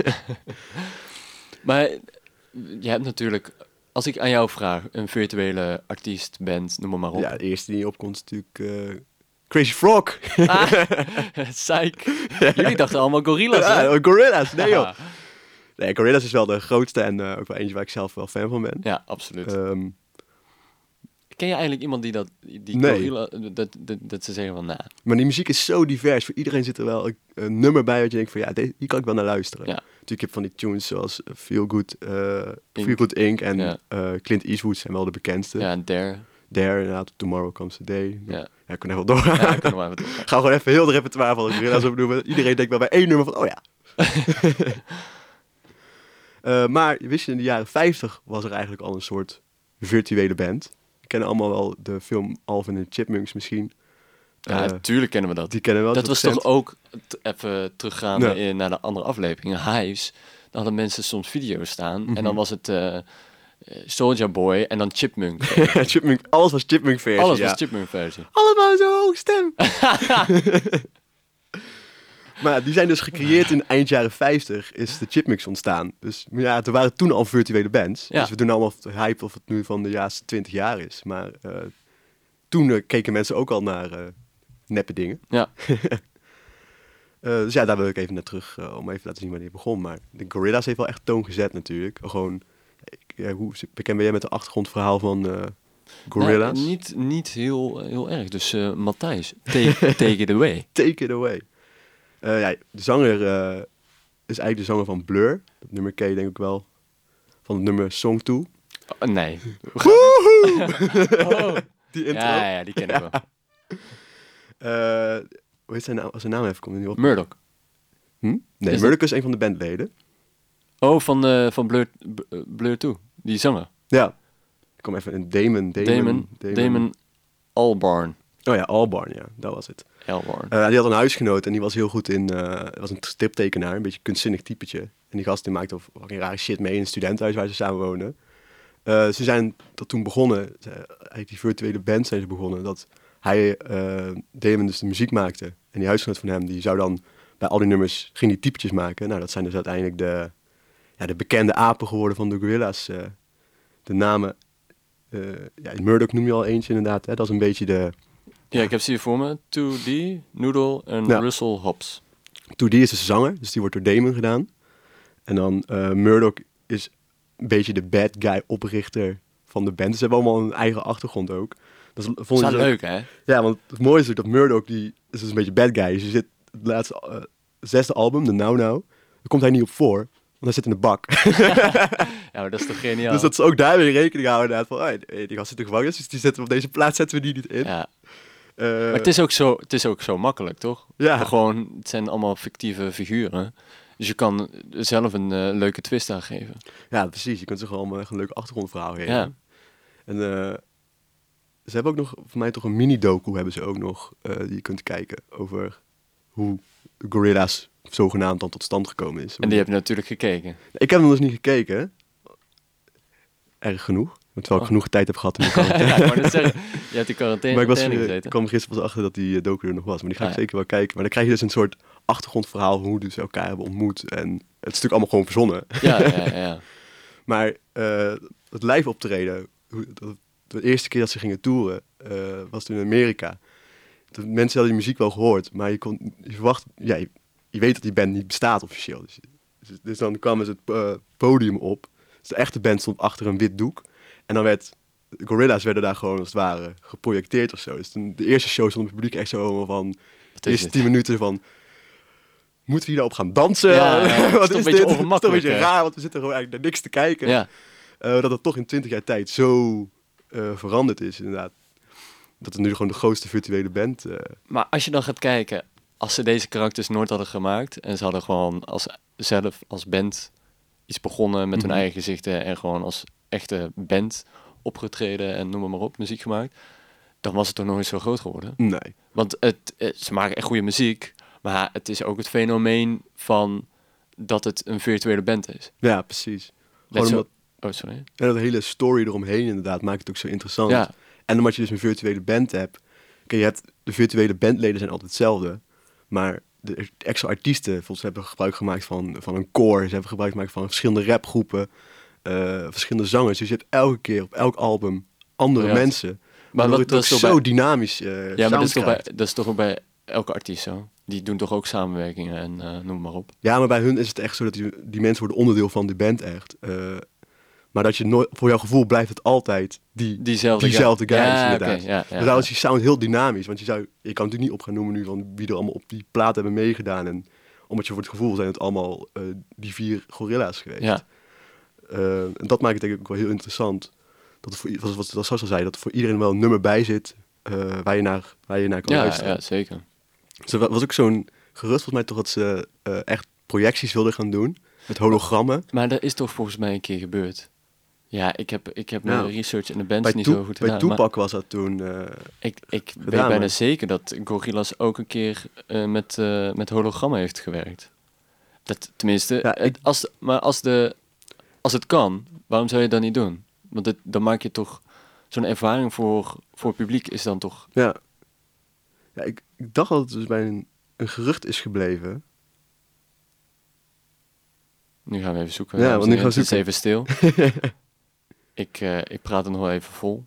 Maar je hebt natuurlijk, als ik aan jou vraag, een virtuele artiest, band, noem maar, maar op. ja, de eerste die opkomt is natuurlijk uh, Crazy Frog. Ah, psych. Jullie dachten allemaal gorilla's, hè? Ja, Gorillaz, nee joh. Ja, Nee, Gorillaz is wel de grootste en uh, ook wel eentje waar ik zelf wel fan van ben. ja, absoluut. Um, Ken je eigenlijk iemand die dat, die Nee. gorilla, dat, dat, dat ze zeggen van, nou, maar die muziek is zo divers. Voor iedereen zit er wel een, een nummer bij wat je denkt van ja, deze, hier kan ik wel naar luisteren. ja, Natuurlijk heb je van die tunes zoals Feel Good, uh, Inc. Feel Good Inc. en Ja. uh, Clint Eastwood zijn wel de bekendste. ja, en Dare. There, inderdaad, Tomorrow Comes the Day. Ja, Ja, ik kan even doorgaan. ja, ik kan nog maar even doorgaan. Ga gewoon even heel de repertoire van de Gorillaz opnoemen. Iedereen denkt wel bij één nummer van, oh ja. uh, maar wist je, in de jaren vijftig was er eigenlijk al een soort virtuele band. We kennen allemaal wel de film Alvin en de Chipmunks misschien. Ja, Uh, natuurlijk kennen we dat. die kennen we wel. Dat die was is toch recent. ook, t- even teruggaan Ja. in, naar de andere afleveringen, Hives. Dan hadden mensen soms video's staan en dan Mhm. was het uh, Soulja Boy en dan Chipmunk. Chipmunk, alles was Chipmunk versie. Alles ja. was Chipmunk versie. Allemaal zo'n hoge stem. Maar die zijn dus gecreëerd in eind jaren vijftig, is de Chipmunks ontstaan. Dus maar ja, er waren toen al virtuele bands. Ja. Dus we doen allemaal de hype of het nu van de laatste twintig jaar is. Maar uh, toen uh, keken mensen ook al naar uh, neppe dingen. Ja. uh, dus ja, daar wil ik even naar terug, uh, om even te laten zien wanneer het begon. Maar de Gorillaz heeft wel echt toon gezet natuurlijk. Gewoon, ik, ja, hoe bekend ben jij met de achtergrondverhaal van uh, Gorillaz? Nee, niet, niet heel, heel erg. Dus uh, Matthijs, take, take it away. Take it away. Uh, ja, de zanger uh, is eigenlijk de zanger van Blur. Dat nummer ken je denk ik wel. Van het nummer Song two. Oh, nee. Woehoe! Oh. Die intro. Ja, ja, die ken ik wel. Uh, hoe heet zijn naam? Als zijn naam even komt er niet op. Murdoch. Hm? Nee, Is Murdoch is een van de bandleden. Oh, van, uh, van Blur, Blur two. Die zanger. Ja. Ik kom even in Damon. Damon. Damon, Damon, Damon Albarn. Oh ja, Albarn, ja. Dat was het. Albarn. Uh, die had een huisgenoot en die was heel goed in... Uh, was een striptekenaar, een beetje kunstzinnig typetje. En die gast die maakte fucking rare shit mee in het studentenhuis waar ze samen woonden. Uh, ze zijn dat toen begonnen, ze, eigenlijk die virtuele band zijn ze begonnen, dat hij, uh, Damon dus de muziek maakte. En die huisgenoot van hem, die zou dan bij al die nummers, ging die typetjes maken. Nou, dat zijn dus uiteindelijk de, ja, de bekende apen geworden van de Gorillaz. Uh, de namen, uh, ja, Murdoch noem je al eentje inderdaad, hè? Dat is een beetje de... Ja, ik heb ze hier voor me. two D, Noodle en Ja. Russell Hobbs. two D is dus de zanger, dus die wordt door Damon gedaan. En dan uh, Murdoch is een beetje de bad guy oprichter van de band. Dus ze hebben allemaal een eigen achtergrond ook. Dat is, Dat vond is ik wel zo- leuk, hè? Ja, want het mooie is ook dat Murdoch, die is dus een beetje bad guy. Dus je zit het laatste, uh, zesde album, de Now Now, daar komt hij niet op voor. Want hij zit in de bak. Ja, maar dat is toch geniaal? Dus dat ze ook daar weer rekening houden inderdaad van, oh, hey, die gast zit in de gevangenis, dus die zetten we op deze plaats zetten we die niet in. Ja. Uh, Maar het is, ook zo, het is ook zo makkelijk, toch? Ja. We Gewoon, het zijn allemaal fictieve figuren. Dus je kan zelf een uh, leuke twist aangeven. Ja, precies. Je kunt toch allemaal echt een leuk achtergrondverhaal geven. Ja. En uh, ze hebben ook nog, voor mij toch een mini-docu hebben ze ook nog, uh, die je kunt kijken over hoe Gorillaz zogenaamd dan tot stand gekomen is. En die heb je natuurlijk gekeken. Ik heb hem dus niet gekeken. Erg genoeg. Terwijl ik Oh. genoeg tijd heb gehad in de quarantaine. Ja, ik wou net zeggen, je hebt die quarantaine Maar ik, was, gezeten. ik kwam gisteren pas achter dat die uh, docu er nog was. Maar die ga ik Ah, ja. zeker wel kijken. Maar dan krijg je dus een soort achtergrondverhaal van hoe ze elkaar hebben ontmoet. En het is natuurlijk allemaal gewoon verzonnen. Ja, ja, ja. ja. Maar uh, het live optreden, hoe- dat- de eerste keer dat ze gingen toeren, uh, was toen in Amerika. De mensen hadden die muziek wel gehoord, maar je, kon, je verwacht, ja, je, je weet dat die band niet bestaat officieel. Dus, dus, dus dan kwamen ze het uh, podium op. Dus de echte band stond achter een wit doek. En dan werd, de Gorillaz werden daar gewoon als het ware geprojecteerd of zo. Dus toen, de eerste show stond het publiek echt zo helemaal van, Wat de is eerste dit? tien minuten van, moeten we hier nou op gaan dansen? Ja, ja, ja. Het is Wat toch is een beetje dit? Het is toch een ongemakkelijk, beetje hè? raar, want we zitten gewoon eigenlijk naar niks te kijken. Ja. Uh, dat het toch in twintig jaar tijd zo uh, veranderd is, inderdaad. Dat het nu gewoon de grootste virtuele band... Uh... Maar als je dan gaat kijken, als ze deze karakters nooit hadden gemaakt en ze hadden gewoon als, zelf als band iets begonnen met hun Mhm. eigen gezichten en gewoon als echte band opgetreden en noem maar, maar op, muziek gemaakt, dan was het toch nog eens zo groot geworden. Nee. Want het, het- ze maken echt goede muziek, maar het is ook het fenomeen van dat het een virtuele band is. Ja, precies. Net Gewoon zo- omdat... Oh, sorry. En dat hele story eromheen inderdaad maakt het ook zo interessant. Ja, En omdat je dus een virtuele band hebt... Kijk, je hebt de virtuele bandleden zijn altijd hetzelfde. Maar de extra artiesten volgens hebben gebruik gemaakt van, van een koor. Ze hebben gebruik gemaakt van verschillende rapgroepen. uh, verschillende zangers. Dus je hebt elke keer op elk album andere Ja. mensen. maar Waardoor wat, het dat ook is toch zo bij, dynamisch uh, ja, maar dat is, sound toch bij, krijgt. dat is toch ook bij elke artiest zo. Die doen toch ook samenwerkingen en eh, noem maar op. Ja, maar bij hun is het echt zo dat die, die mensen worden onderdeel van die band echt. Uh, maar dat je nooit, voor jouw gevoel blijft het altijd die, Diezelfde, diezelfde guys, ja, inderdaad. oké, ja, ja, dus daarom ja. is die sound heel dynamisch. Want je, zou, je kan natuurlijk niet op gaan noemen nu van wie er allemaal op die plaat hebben meegedaan. En omdat je voor het gevoel zijn het allemaal uh, die vier gorilla's geweest. Ja. Uh, en dat maakt het denk ik ook wel heel interessant. Dat het voor, wat, wat, wat Sas al zei, dat er voor iedereen wel een nummer bij zit uh, waar, je naar, waar je naar kan Ja, luisteren. ja, zeker. Dus er was ook zo'n gerucht volgens mij toch dat ze uh, echt projecties wilden gaan doen. Met hologrammen. Maar dat is toch volgens mij een keer gebeurd. Ja, ik heb, ik heb Ja. mijn research in de bands Bij, niet toe, zo goed bij gedaan. Tupac was dat toen... Uh, Maar ik ik weet gedaan, bijna maar- zeker dat Gorillaz ook een keer eh, met, eh, met hologrammen heeft gewerkt. Dat, tenminste, Ja, het, als, de- maar als, de, als het kan, waarom zou je dat niet doen? Want het, dan maak je toch... Zo'n ervaring voor, voor het publiek is dan toch... ja, ja ik, ik dacht dat het dus bij een, een gerucht is gebleven. Nu gaan we even zoeken. Ja, dames want en nu heren. gaan we Het is even stil. ik, uh, ik praat er nog wel even vol.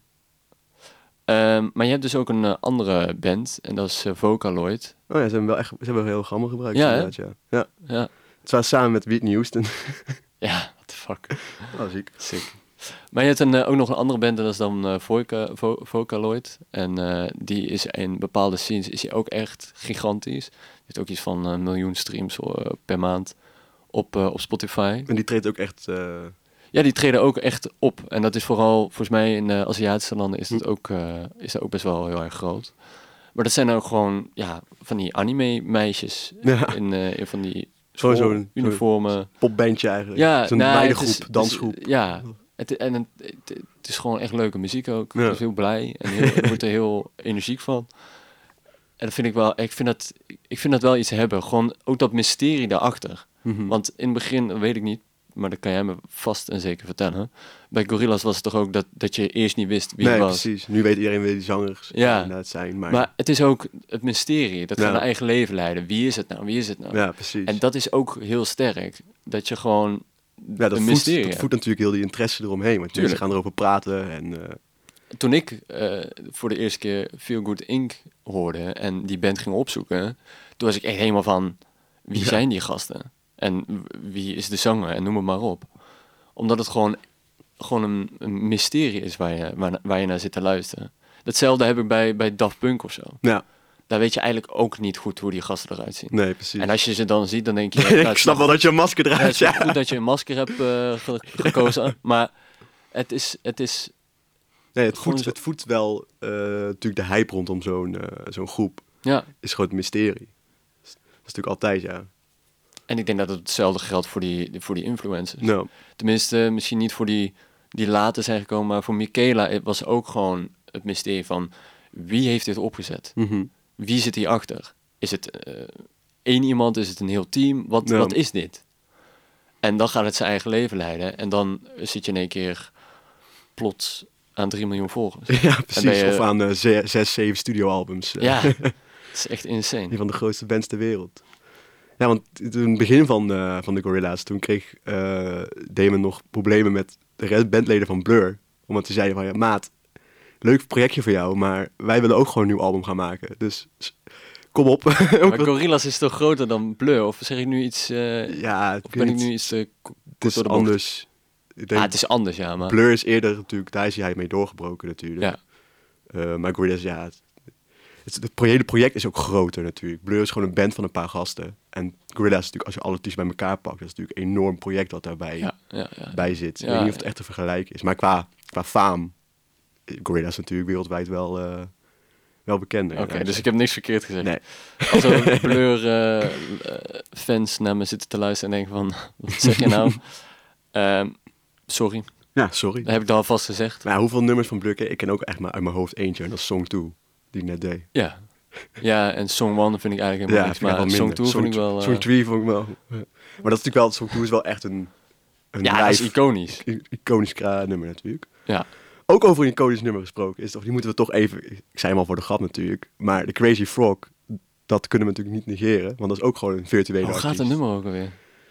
Um, maar je hebt dus ook een uh, andere band. En dat is uh, Vocaloid. Oh ja, ze hebben wel echt ze hebben hologrammen gebruikt. Ja, hè? inderdaad, ja. ja. Ja. Het was samen met Whitney Houston. Ja, what the fuck. Oh, ziek. Sick. Maar je hebt een, uh, ook nog een andere band. En dat is dan uh, Voca, Vo, Vocaloid. En uh, die is in bepaalde scenes is die ook echt gigantisch. Die heeft ook iets van een miljoen streams uh, per maand op, uh, op Spotify. En die treedt ook echt... Uh... Ja, die treden ook echt op. En dat is vooral, volgens mij in uh, Aziatische landen is dat, ook, uh, is dat ook best wel heel erg groot. Maar dat zijn ook gewoon ja, van die anime-meisjes Ja. in, uh, in van die Zo'n- zo'n- uniformen. popbandje eigenlijk. Ja, Zo'n nou, meidengroep, het is- dansgroep. het is- ja, het, en het, het, het is gewoon echt leuke muziek ook. Ja. Het is heel blij en heel, je wordt er heel energiek van. En dat vind ik wel, ik vind dat, ik vind dat wel iets hebben. Gewoon ook dat mysterie daarachter. Mhm. Want in het begin, dat weet ik niet, maar dat kan jij me vast en zeker vertellen. Bij Gorillaz was het toch ook dat, dat je eerst niet wist wie nee, het was. precies. Nu weet iedereen wie die zangers Ja. inderdaad zijn. Maar, Maar het is ook het mysterie. Dat Ja. gaan een eigen leven leiden. Wie is het nou? Wie is het nou? ja, precies. En dat is ook heel sterk. Dat je gewoon ja, dat, een voedt, mysterie dat hebt. voedt natuurlijk heel die interesse eromheen. Want Tuurlijk. mensen gaan erover praten. En, uh, Toen ik uh, voor de eerste keer Feel Good Incorporated hoorde en die band ging opzoeken, toen was ik echt helemaal van, wie Ja. zijn die gasten? En w- wie is de zanger? En noem het maar op. Omdat het gewoon, gewoon een, een mysterie is waar je, waar, waar je naar zit te luisteren. Datzelfde heb ik bij, bij Daft Punk of zo. ja, Daar weet je eigenlijk ook niet goed hoe die gasten eruit zien. nee, precies. En als je ze dan ziet, dan denk je... ja, het ik is snap wel dat je een masker Ja, het draait. is Ja, goed dat je een masker hebt uh, ge- gekozen. Maar het is, het is... nee, het, gewoon voedt, zo- het voedt wel uh, natuurlijk de hype rondom zo'n uh, zo'n groep. Ja, Is gewoon het mysterie. Dat is, dat is natuurlijk altijd, ja. En ik denk dat hetzelfde geldt voor die, voor die influencers. Nou, Tenminste, misschien niet voor die die later zijn gekomen, maar voor Michaela het was ook gewoon het mysterie van wie heeft dit opgezet? mhm. Wie zit hierachter? Is het eh, één iemand? Is het een heel team? Wat, Ja. wat is dit? En dan gaat het zijn eigen leven leiden. En dan zit je in één keer plots aan drie miljoen volgers. Ja, precies. ben je- Of aan eh, ze- zes, zeven studioalbums. eh. Ja, het is echt Een insane. van de grootste bands ter wereld. Ja, want in het begin van, eh, van de Gorillaz, toen kreeg eh, Damon nog problemen met de rest bandleden van Blur. Omdat ze zeiden van, ja maat, leuk projectje voor jou, maar wij willen ook gewoon een nieuw album gaan maken. Dus s- kom op. Maar Gorillaz is toch groter dan Blur? Of zeg ik nu iets... eh, Ja, het, of ben ik nu iets uh, het is anders. Ik denk, Ah, het is anders, ja, maar... Blur is eerder natuurlijk, daar is hij mee doorgebroken natuurlijk. Ja. Eh, maar Gorillaz, ja, het, het, het hele project is ook groter natuurlijk. Blur is gewoon een band van een paar gasten. En Gorillaz is natuurlijk, als je alle artiesten bij elkaar pakt, dat is natuurlijk een enorm project wat daarbij Ja, ja, ja. bij zit. Ik Ja, weet niet of het ja. echt te vergelijken is. Maar qua, qua faam, Gorillaz is natuurlijk wereldwijd wel, eh, wel bekend. Oké, dus ik heb niks verkeerd gezegd. Nee. Als er Blur eh, eh, fans naar me zitten te luisteren en denken van, wat zeg je nou? Ehm, sorry, Ja, sorry. dat heb ik dan alvast gezegd. Maar ja, hoeveel nummers van Blur ken ik? Ik ken ook echt maar uit mijn hoofd eentje. En dat is Song twee, die ik net deed. Ja. Ja, en Song one vind ik eigenlijk helemaal niks, vind ik maar echt wel Song minder. two vind ik wel... eh, Song drie vond ik wel... Maar dat is natuurlijk wel... Song twee is wel echt een... een ja, dat is lijf- iconisch. i- iconisch kra- nummer natuurlijk. Ja. Ook over een iconisch nummer gesproken is toch... Die moeten we toch even... Ik zei hem al voor de grap natuurlijk. Maar de Crazy Frog... Dat kunnen we natuurlijk niet negeren. Want dat is ook gewoon een virtuele Hoe gaat artiest. het nummer ook alweer?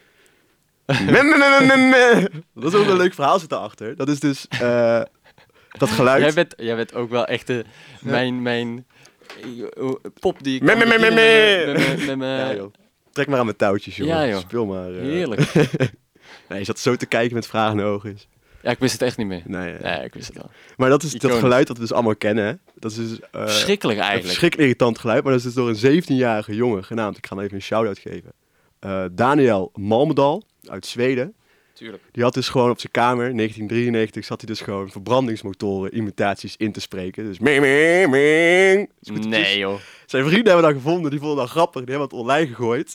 Nee, nee, nee, nee, nee. Dat is ook een leuk verhaal zit daarachter. Dat is dus... eh, dat geluid... Jij bent, jij bent ook wel echt de, mijn, mijn eh, pop die ik Meh, kan meh, meh, bedienen meh, met- met- met- met mijn- Ja, joh. Trek maar aan mijn touwtjes, joh. Ja, joh. Speel maar. eh. Heerlijk. Nee, je zat zo te kijken met vragen in de ogen. Ja, ik wist het echt niet meer. Nee, nee. Nee, ik wist het al. Maar dat is dat Iconisch. geluid dat we dus allemaal kennen. Hè? Dat is dus, eh, Verschrikkelijk een eigenlijk. verschrikkelijk irritant geluid. Maar dat is dus door een zeventienjarige jongen genaamd. Ik ga hem even een shout-out geven. Eh, Daniel Malmedal uit Zweden. Tuurlijk. Die had dus gewoon op zijn kamer, in negentien drieënnegentig, zat hij dus gewoon verbrandingsmotoren imitaties in te spreken. Dus ming, ming, ming. Scootertjes. Nee joh. Zijn vrienden hebben dat gevonden, die vonden dat grappig, die hebben het online gegooid.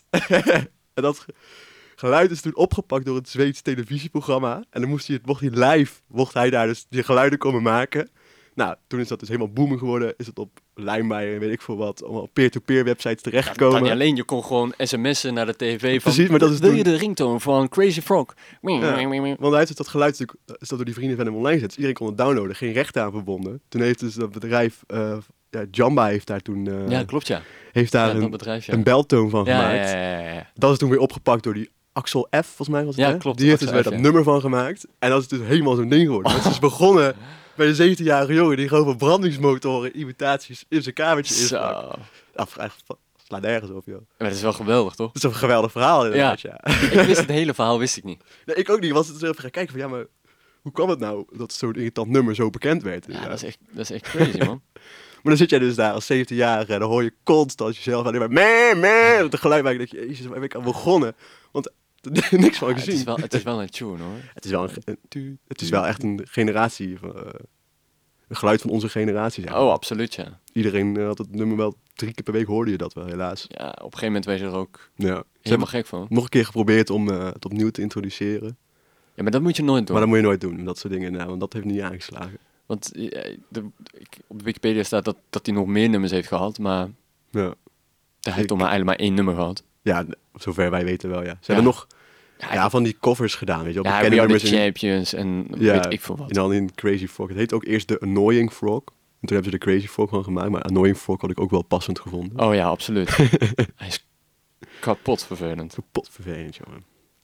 En dat ge- geluid is toen opgepakt door het Zweeds televisieprogramma. En dan moest hij, mocht hij live, mocht hij daar dus die geluiden komen maken. Nou, toen is dat dus helemaal booming geworden. Is het op Limewire en weet ik veel wat, allemaal peer-to-peer websites Ja, terechtgekomen. dan niet alleen, je kon gewoon sms'en naar de tv van... Precies, maar dat is wil toen- je de ringtoon van Crazy Frog? Ja. Want hij heeft dus dat geluid natuurlijk, is dat door die vrienden van hem online gezet. Dus iedereen kon het downloaden, geen rechten aan verbonden. Toen heeft dus dat bedrijf, eh ja, Jamba heeft daar toen, eh, Ja, klopt ja. heeft daar Ja, dat een, bedrijf, ja. een beltoon van Ja, gemaakt. ja, ja, ja, ja. Dat is toen weer opgepakt door die Axel F, volgens mij was het, Ja, hè? klopt, Die heeft dus Axel weer F, dat ja. nummer van gemaakt. En dat is dus helemaal zo'n ding geworden. Het is dus begonnen bij een zeventienjarige jongen die gewoon verbrandingsmotoren, imitaties in zijn kamertje Zo. insprak. Af, echt, slaat nergens op, joh. Maar dat is wel geweldig, toch? Dat is een geweldig verhaal inderdaad, ja. Ik wist het hele verhaal, wist ik niet. Nee, ik ook niet. Was het dus even gaan kijken van, ja, maar hoe kwam het nou dat zo'n irritant nummer zo bekend werd? Ja, Ja. dat is echt, dat is echt crazy, man. Maar dan zit jij dus daar als zeventienjarige en dan hoor je constant jezelf alleen maar meh, meh. Met een geluid waar ik denk, jezus, waar ben ik aan begonnen? Want er niks van Ja, het, gezien. is wel, het is wel een tune, hoor. Het is wel, een, ge- een- het is wel echt een generatie, van, eh, een geluid van onze generatie. Zeg. Oh, absoluut, ja. Iedereen eh, had het nummer wel drie keer per week, hoorde je dat wel, helaas. Ja, op een gegeven moment werd je er ook Ja. Ze hebben helemaal gek van. nog een keer geprobeerd om eh, het opnieuw te introduceren. Ja, maar dat moet je nooit doen. Maar dat moet je nooit doen, dat soort dingen, nou, want dat heeft niet aangeslagen. Want eh, de, ik, op Wikipedia staat dat, dat hij nog meer nummers heeft gehad, maar Ja, hij heeft toch maar eigenlijk maar één nummer gehad. ja zover wij weten wel, ja. Ze Ja. hebben nog Ja, ja, van die covers gedaan, weet je wel. ja, bekende We Are The nummers in- Champions en Ja, weet ik veel wat. En dan in Crazy Frog. Het heet ook eerst de Annoying Frog. En toen hebben ze de Crazy Frog van gemaakt. Maar Annoying Frog had ik ook wel passend gevonden. Oh ja, absoluut. Hij is kapot vervelend. Kapot vervelend, jongen.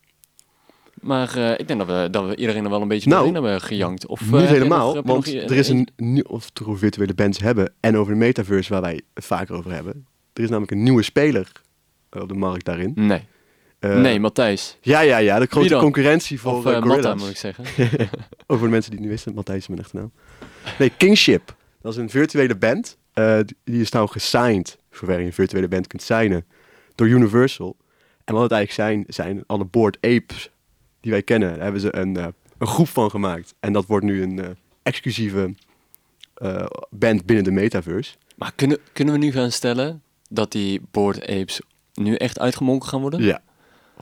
Maar eh, ik denk dat we, dat we iedereen er wel een beetje Nou, doorheen hebben gejankt. Of, eh, Niet heb je helemaal, nog- heb je want nog i- er is een nieuw, of het over virtuele bands hebben en over de metaverse waar wij het vaker over hebben. Er is namelijk een nieuwe speler eh, op de markt daarin. Nee, Eh, nee, Matthijs. Ja, ja, ja, de grote dan? concurrentie voor Of eh, uh, Matta, Gorillaz. moet ik zeggen. Over de mensen die het niet wisten, Matthijs is mijn echte naam. Nee, Kingship. Dat is een virtuele band. Eh, die, die is nou gesigned, zover je een virtuele band kunt signen, door Universal. En wat het eigenlijk zijn, zijn alle Bored Apes die wij kennen. Daar hebben ze een, eh, een groep van gemaakt. En dat wordt nu een eh, exclusieve eh, band binnen de metaverse. Maar kunnen, kunnen we nu gaan stellen dat die Bored Apes nu echt uitgemolken gaan worden? Ja,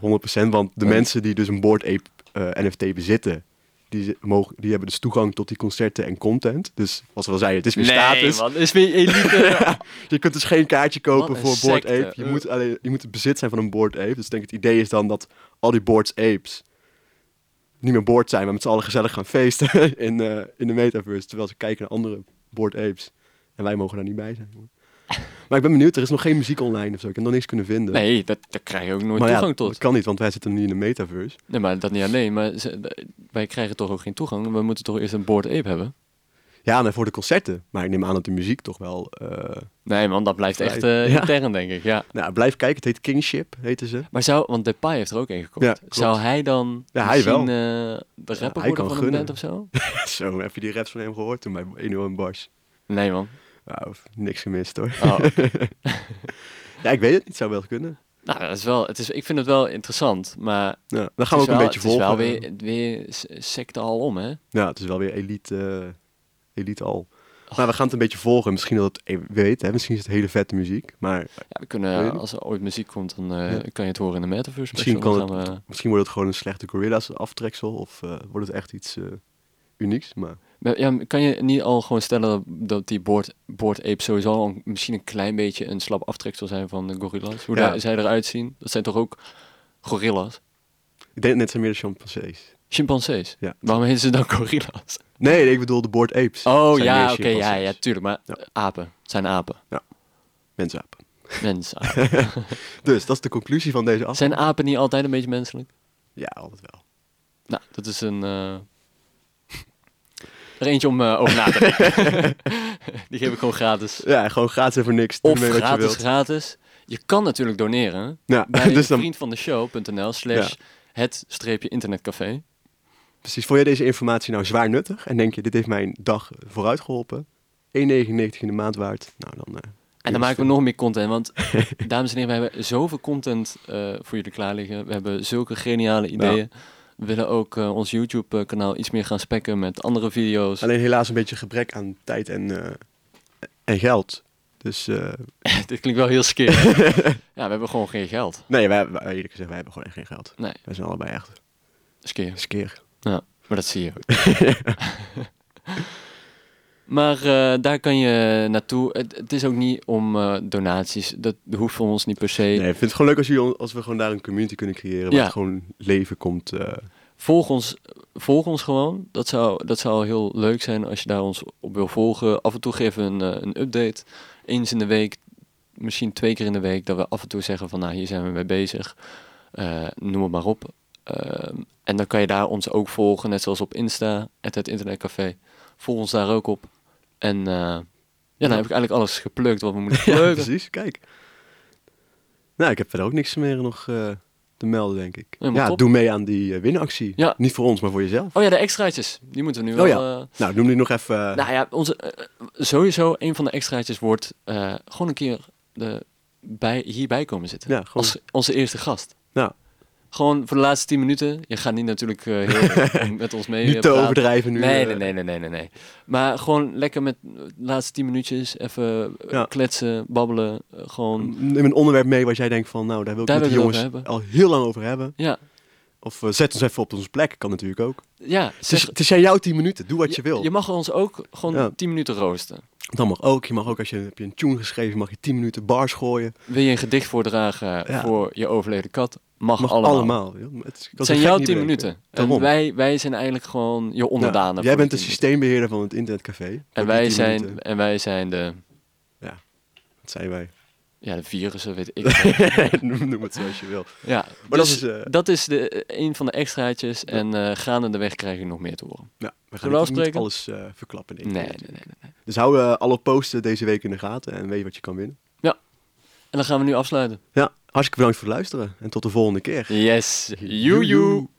honderd procent. Want de Ja. mensen die dus een Bored Ape uh, N F T bezitten, die, zi- mogen, die hebben dus toegang tot die concerten en content. Dus, als we al zeiden, het is weer Nee, status. man. is weer elite. Je kunt dus geen kaartje kopen Wat een voor Bored secte. Ape. Je moet, alleen, je moet het bezit zijn van een Bored Ape. Dus ik denk het idee is dan dat al die Bored Apes niet meer bored zijn, maar met z'n allen gezellig gaan feesten in, uh, in de metaverse. Terwijl ze kijken naar andere Bored Apes. En wij mogen daar niet bij zijn. Hoor. Maar ik ben benieuwd, er is nog geen muziek online of zo. Ik heb nog niks kunnen vinden. Nee, dat, daar krijg je ook nooit maar toegang ja, tot. dat kan niet, want wij zitten nu in de metaverse. Nee, maar dat niet alleen. Maar ze- wij krijgen toch ook geen toegang. We moeten toch eerst een Bored Ape hebben? Ja, en voor de concerten. Maar ik neem aan dat de muziek toch wel... Uh, Nee man, dat blijft echt Blijft- uh, ja. intern, denk ik. Ja. nou, blijf kijken. Het heet Kingship, heten ze. Maar zou, want Depay heeft er ook een gekocht. Ja, klopt. Zou hij dan Ja, hij wel. misschien uh, de rapper hij worden kan van gunnen. een band of zo? Zo, heb je die raps van hem gehoord toen bij één nul in Bars? Nee man. Nou, niks gemist hoor. Oh, okay. Ja, ik weet het niet. Zou wel kunnen. Nou, dat is wel, het is, ik vind het wel interessant, maar Ja, dan gaan we ook het is een wel, beetje volgen. Het is wel weer, weer s- secte al om, hè? Ja, het is wel weer elite, uh, elite al. Maar we gaan het een beetje volgen. Misschien dat het, we weten, hè, misschien is het hele vette muziek. Maar Ja, we kunnen, als er ooit muziek komt, dan uh, Ja. kan je het horen in de Metaverse. misschien, special. kan Dan het, gaan we- misschien wordt het gewoon een slechte Gorillaz aftreksel. Of uh, wordt het echt iets uh, unieks. Maar Maar ja, kan je niet al gewoon stellen dat, dat die Bored, Bored Ape sowieso al een- misschien een klein beetje een slap aftreksel zijn van de gorilla's? Hoe Ja. daar, zij eruit zien? Dat zijn toch ook gorilla's? ik denk net zijn meer de chimpansees. Chimpansees? Ja. Waarom heten ze dan gorilla's? Nee, nee, ik bedoel de Bored Apes. Oh Zijn ja, meer oké, ja, chimpansees. ja, tuurlijk. Maar Ja. apen, het zijn apen. Mensapen. Mensen. apen. Dus dat is de conclusie van deze aflevering. Zijn apen niet altijd een beetje menselijk? Ja, altijd wel. Nou, dat is een... eh, er eentje om uh, over na te denken. Die geef ik gewoon gratis. Ja, gewoon gratis en voor niks. Doe Of ermee wat je gratis, wilt. gratis. Je kan natuurlijk doneren Ja, bij dus dan, vriendvandeshow.nl slash het streepje internetcafé. precies. Vond je deze informatie nou zwaar nuttig? En denk je, dit heeft mijn dag vooruit geholpen? één negenennegentig in de maand waard. Nou, dan... Uh, En dan maken we nog meer content. Want, dames en heren, we hebben zoveel content uh, voor jullie klaar liggen. We hebben zulke geniale ideeën. Ja. We willen ook uh, ons YouTube-kanaal iets meer gaan spekken met andere video's. Alleen helaas een beetje gebrek aan tijd en, uh, en geld. Dus... Uh... Dit klinkt wel heel scary. Ja, we hebben gewoon geen geld. Nee, wij, wij, eerlijk gezegd, wij hebben gewoon echt geen geld. Nee. Wij zijn allebei echt... Scary. Scary. Ja, maar dat zie je ook. Maar uh, daar kan je naartoe. Het, het is ook niet om uh, donaties. Dat hoeft voor ons niet per se. Nee, ik vind het gewoon leuk als, jullie, als we gewoon daar een community kunnen creëren. Waar Ja. het gewoon leven komt. Uh... Volg ons, volg ons gewoon. Dat zou, dat zou heel leuk zijn als je daar ons op wil volgen. Af en toe geven we een, uh, een update. Eens in de week, misschien twee keer in de week. Dat we af en toe zeggen van nou, hier zijn we mee bezig. Uh, noem het maar op. Uh, en dan kan je daar ons ook volgen. Net zoals op Insta, het, het internetcafé. Volg ons daar ook op. En uh, ja, dan heb ik eigenlijk alles geplukt wat we moeten plukken. Ja, precies. Kijk. Nou, ik heb verder ook niks meer nog uh, te melden, denk ik. Helemaal ja, top. doe mee aan die uh, winactie. Ja. Niet voor ons, maar voor jezelf. Oh ja, de extraatjes. Die moeten we nu wel... Oh ja. Uh, nou, noem die nog even... Uh... Nou ja, onze, uh, sowieso een van de extraatjes wordt uh, gewoon een keer de, bij, hierbij komen zitten. Ja, gewoon... Als onze eerste gast. Nou. Gewoon voor de laatste tien minuten. Je gaat niet natuurlijk uh, heel met ons mee Niet te praten. overdrijven nu. Nee, uh... nee, nee, nee, nee, nee, nee. Maar gewoon lekker met de laatste tien minuutjes even ja. kletsen, babbelen. Uh, gewoon... Neem een onderwerp mee wat jij denkt van, nou, daar wil ik daar met de wil jongens hebben. al heel lang over hebben. Ja. Of uh, zet ons even op onze plek, kan natuurlijk ook. Ja, het, is, het is aan jou tien minuten, doe wat je, je wil. Je mag ons ook gewoon ja. tien minuten roosten. Dat mag ook. Je mag ook, als je, heb je een tune geschreven, mag je tien minuten bars gooien. Wil je een gedicht voordragen ja. voor je overleden kat? Mag, mag allemaal. allemaal. Het, het zijn jouw tien minuten. En wij, wij zijn eigenlijk gewoon je onderdanen. Ja, jij bent de systeembeheerder van het internetcafé. En wij, zijn, en wij zijn de... Ja, wat zijn wij? Ja, de virussen, weet ik. noem, noem het zoals je wil. Ja, maar dus dat is, uh, dat is de, een van de extraatjes. Ja. En uh, gaandeweg krijg je nog meer te horen. Ja, we gaan niet, niet alles uh, verklappen. Nee, nee, nee, nee, nee. Dus hou uh, alle posten deze week in de gaten en weet wat je kan winnen. Ja, en dan gaan we nu afsluiten. Ja, hartstikke bedankt voor het luisteren. En tot de volgende keer. Yes, you, you.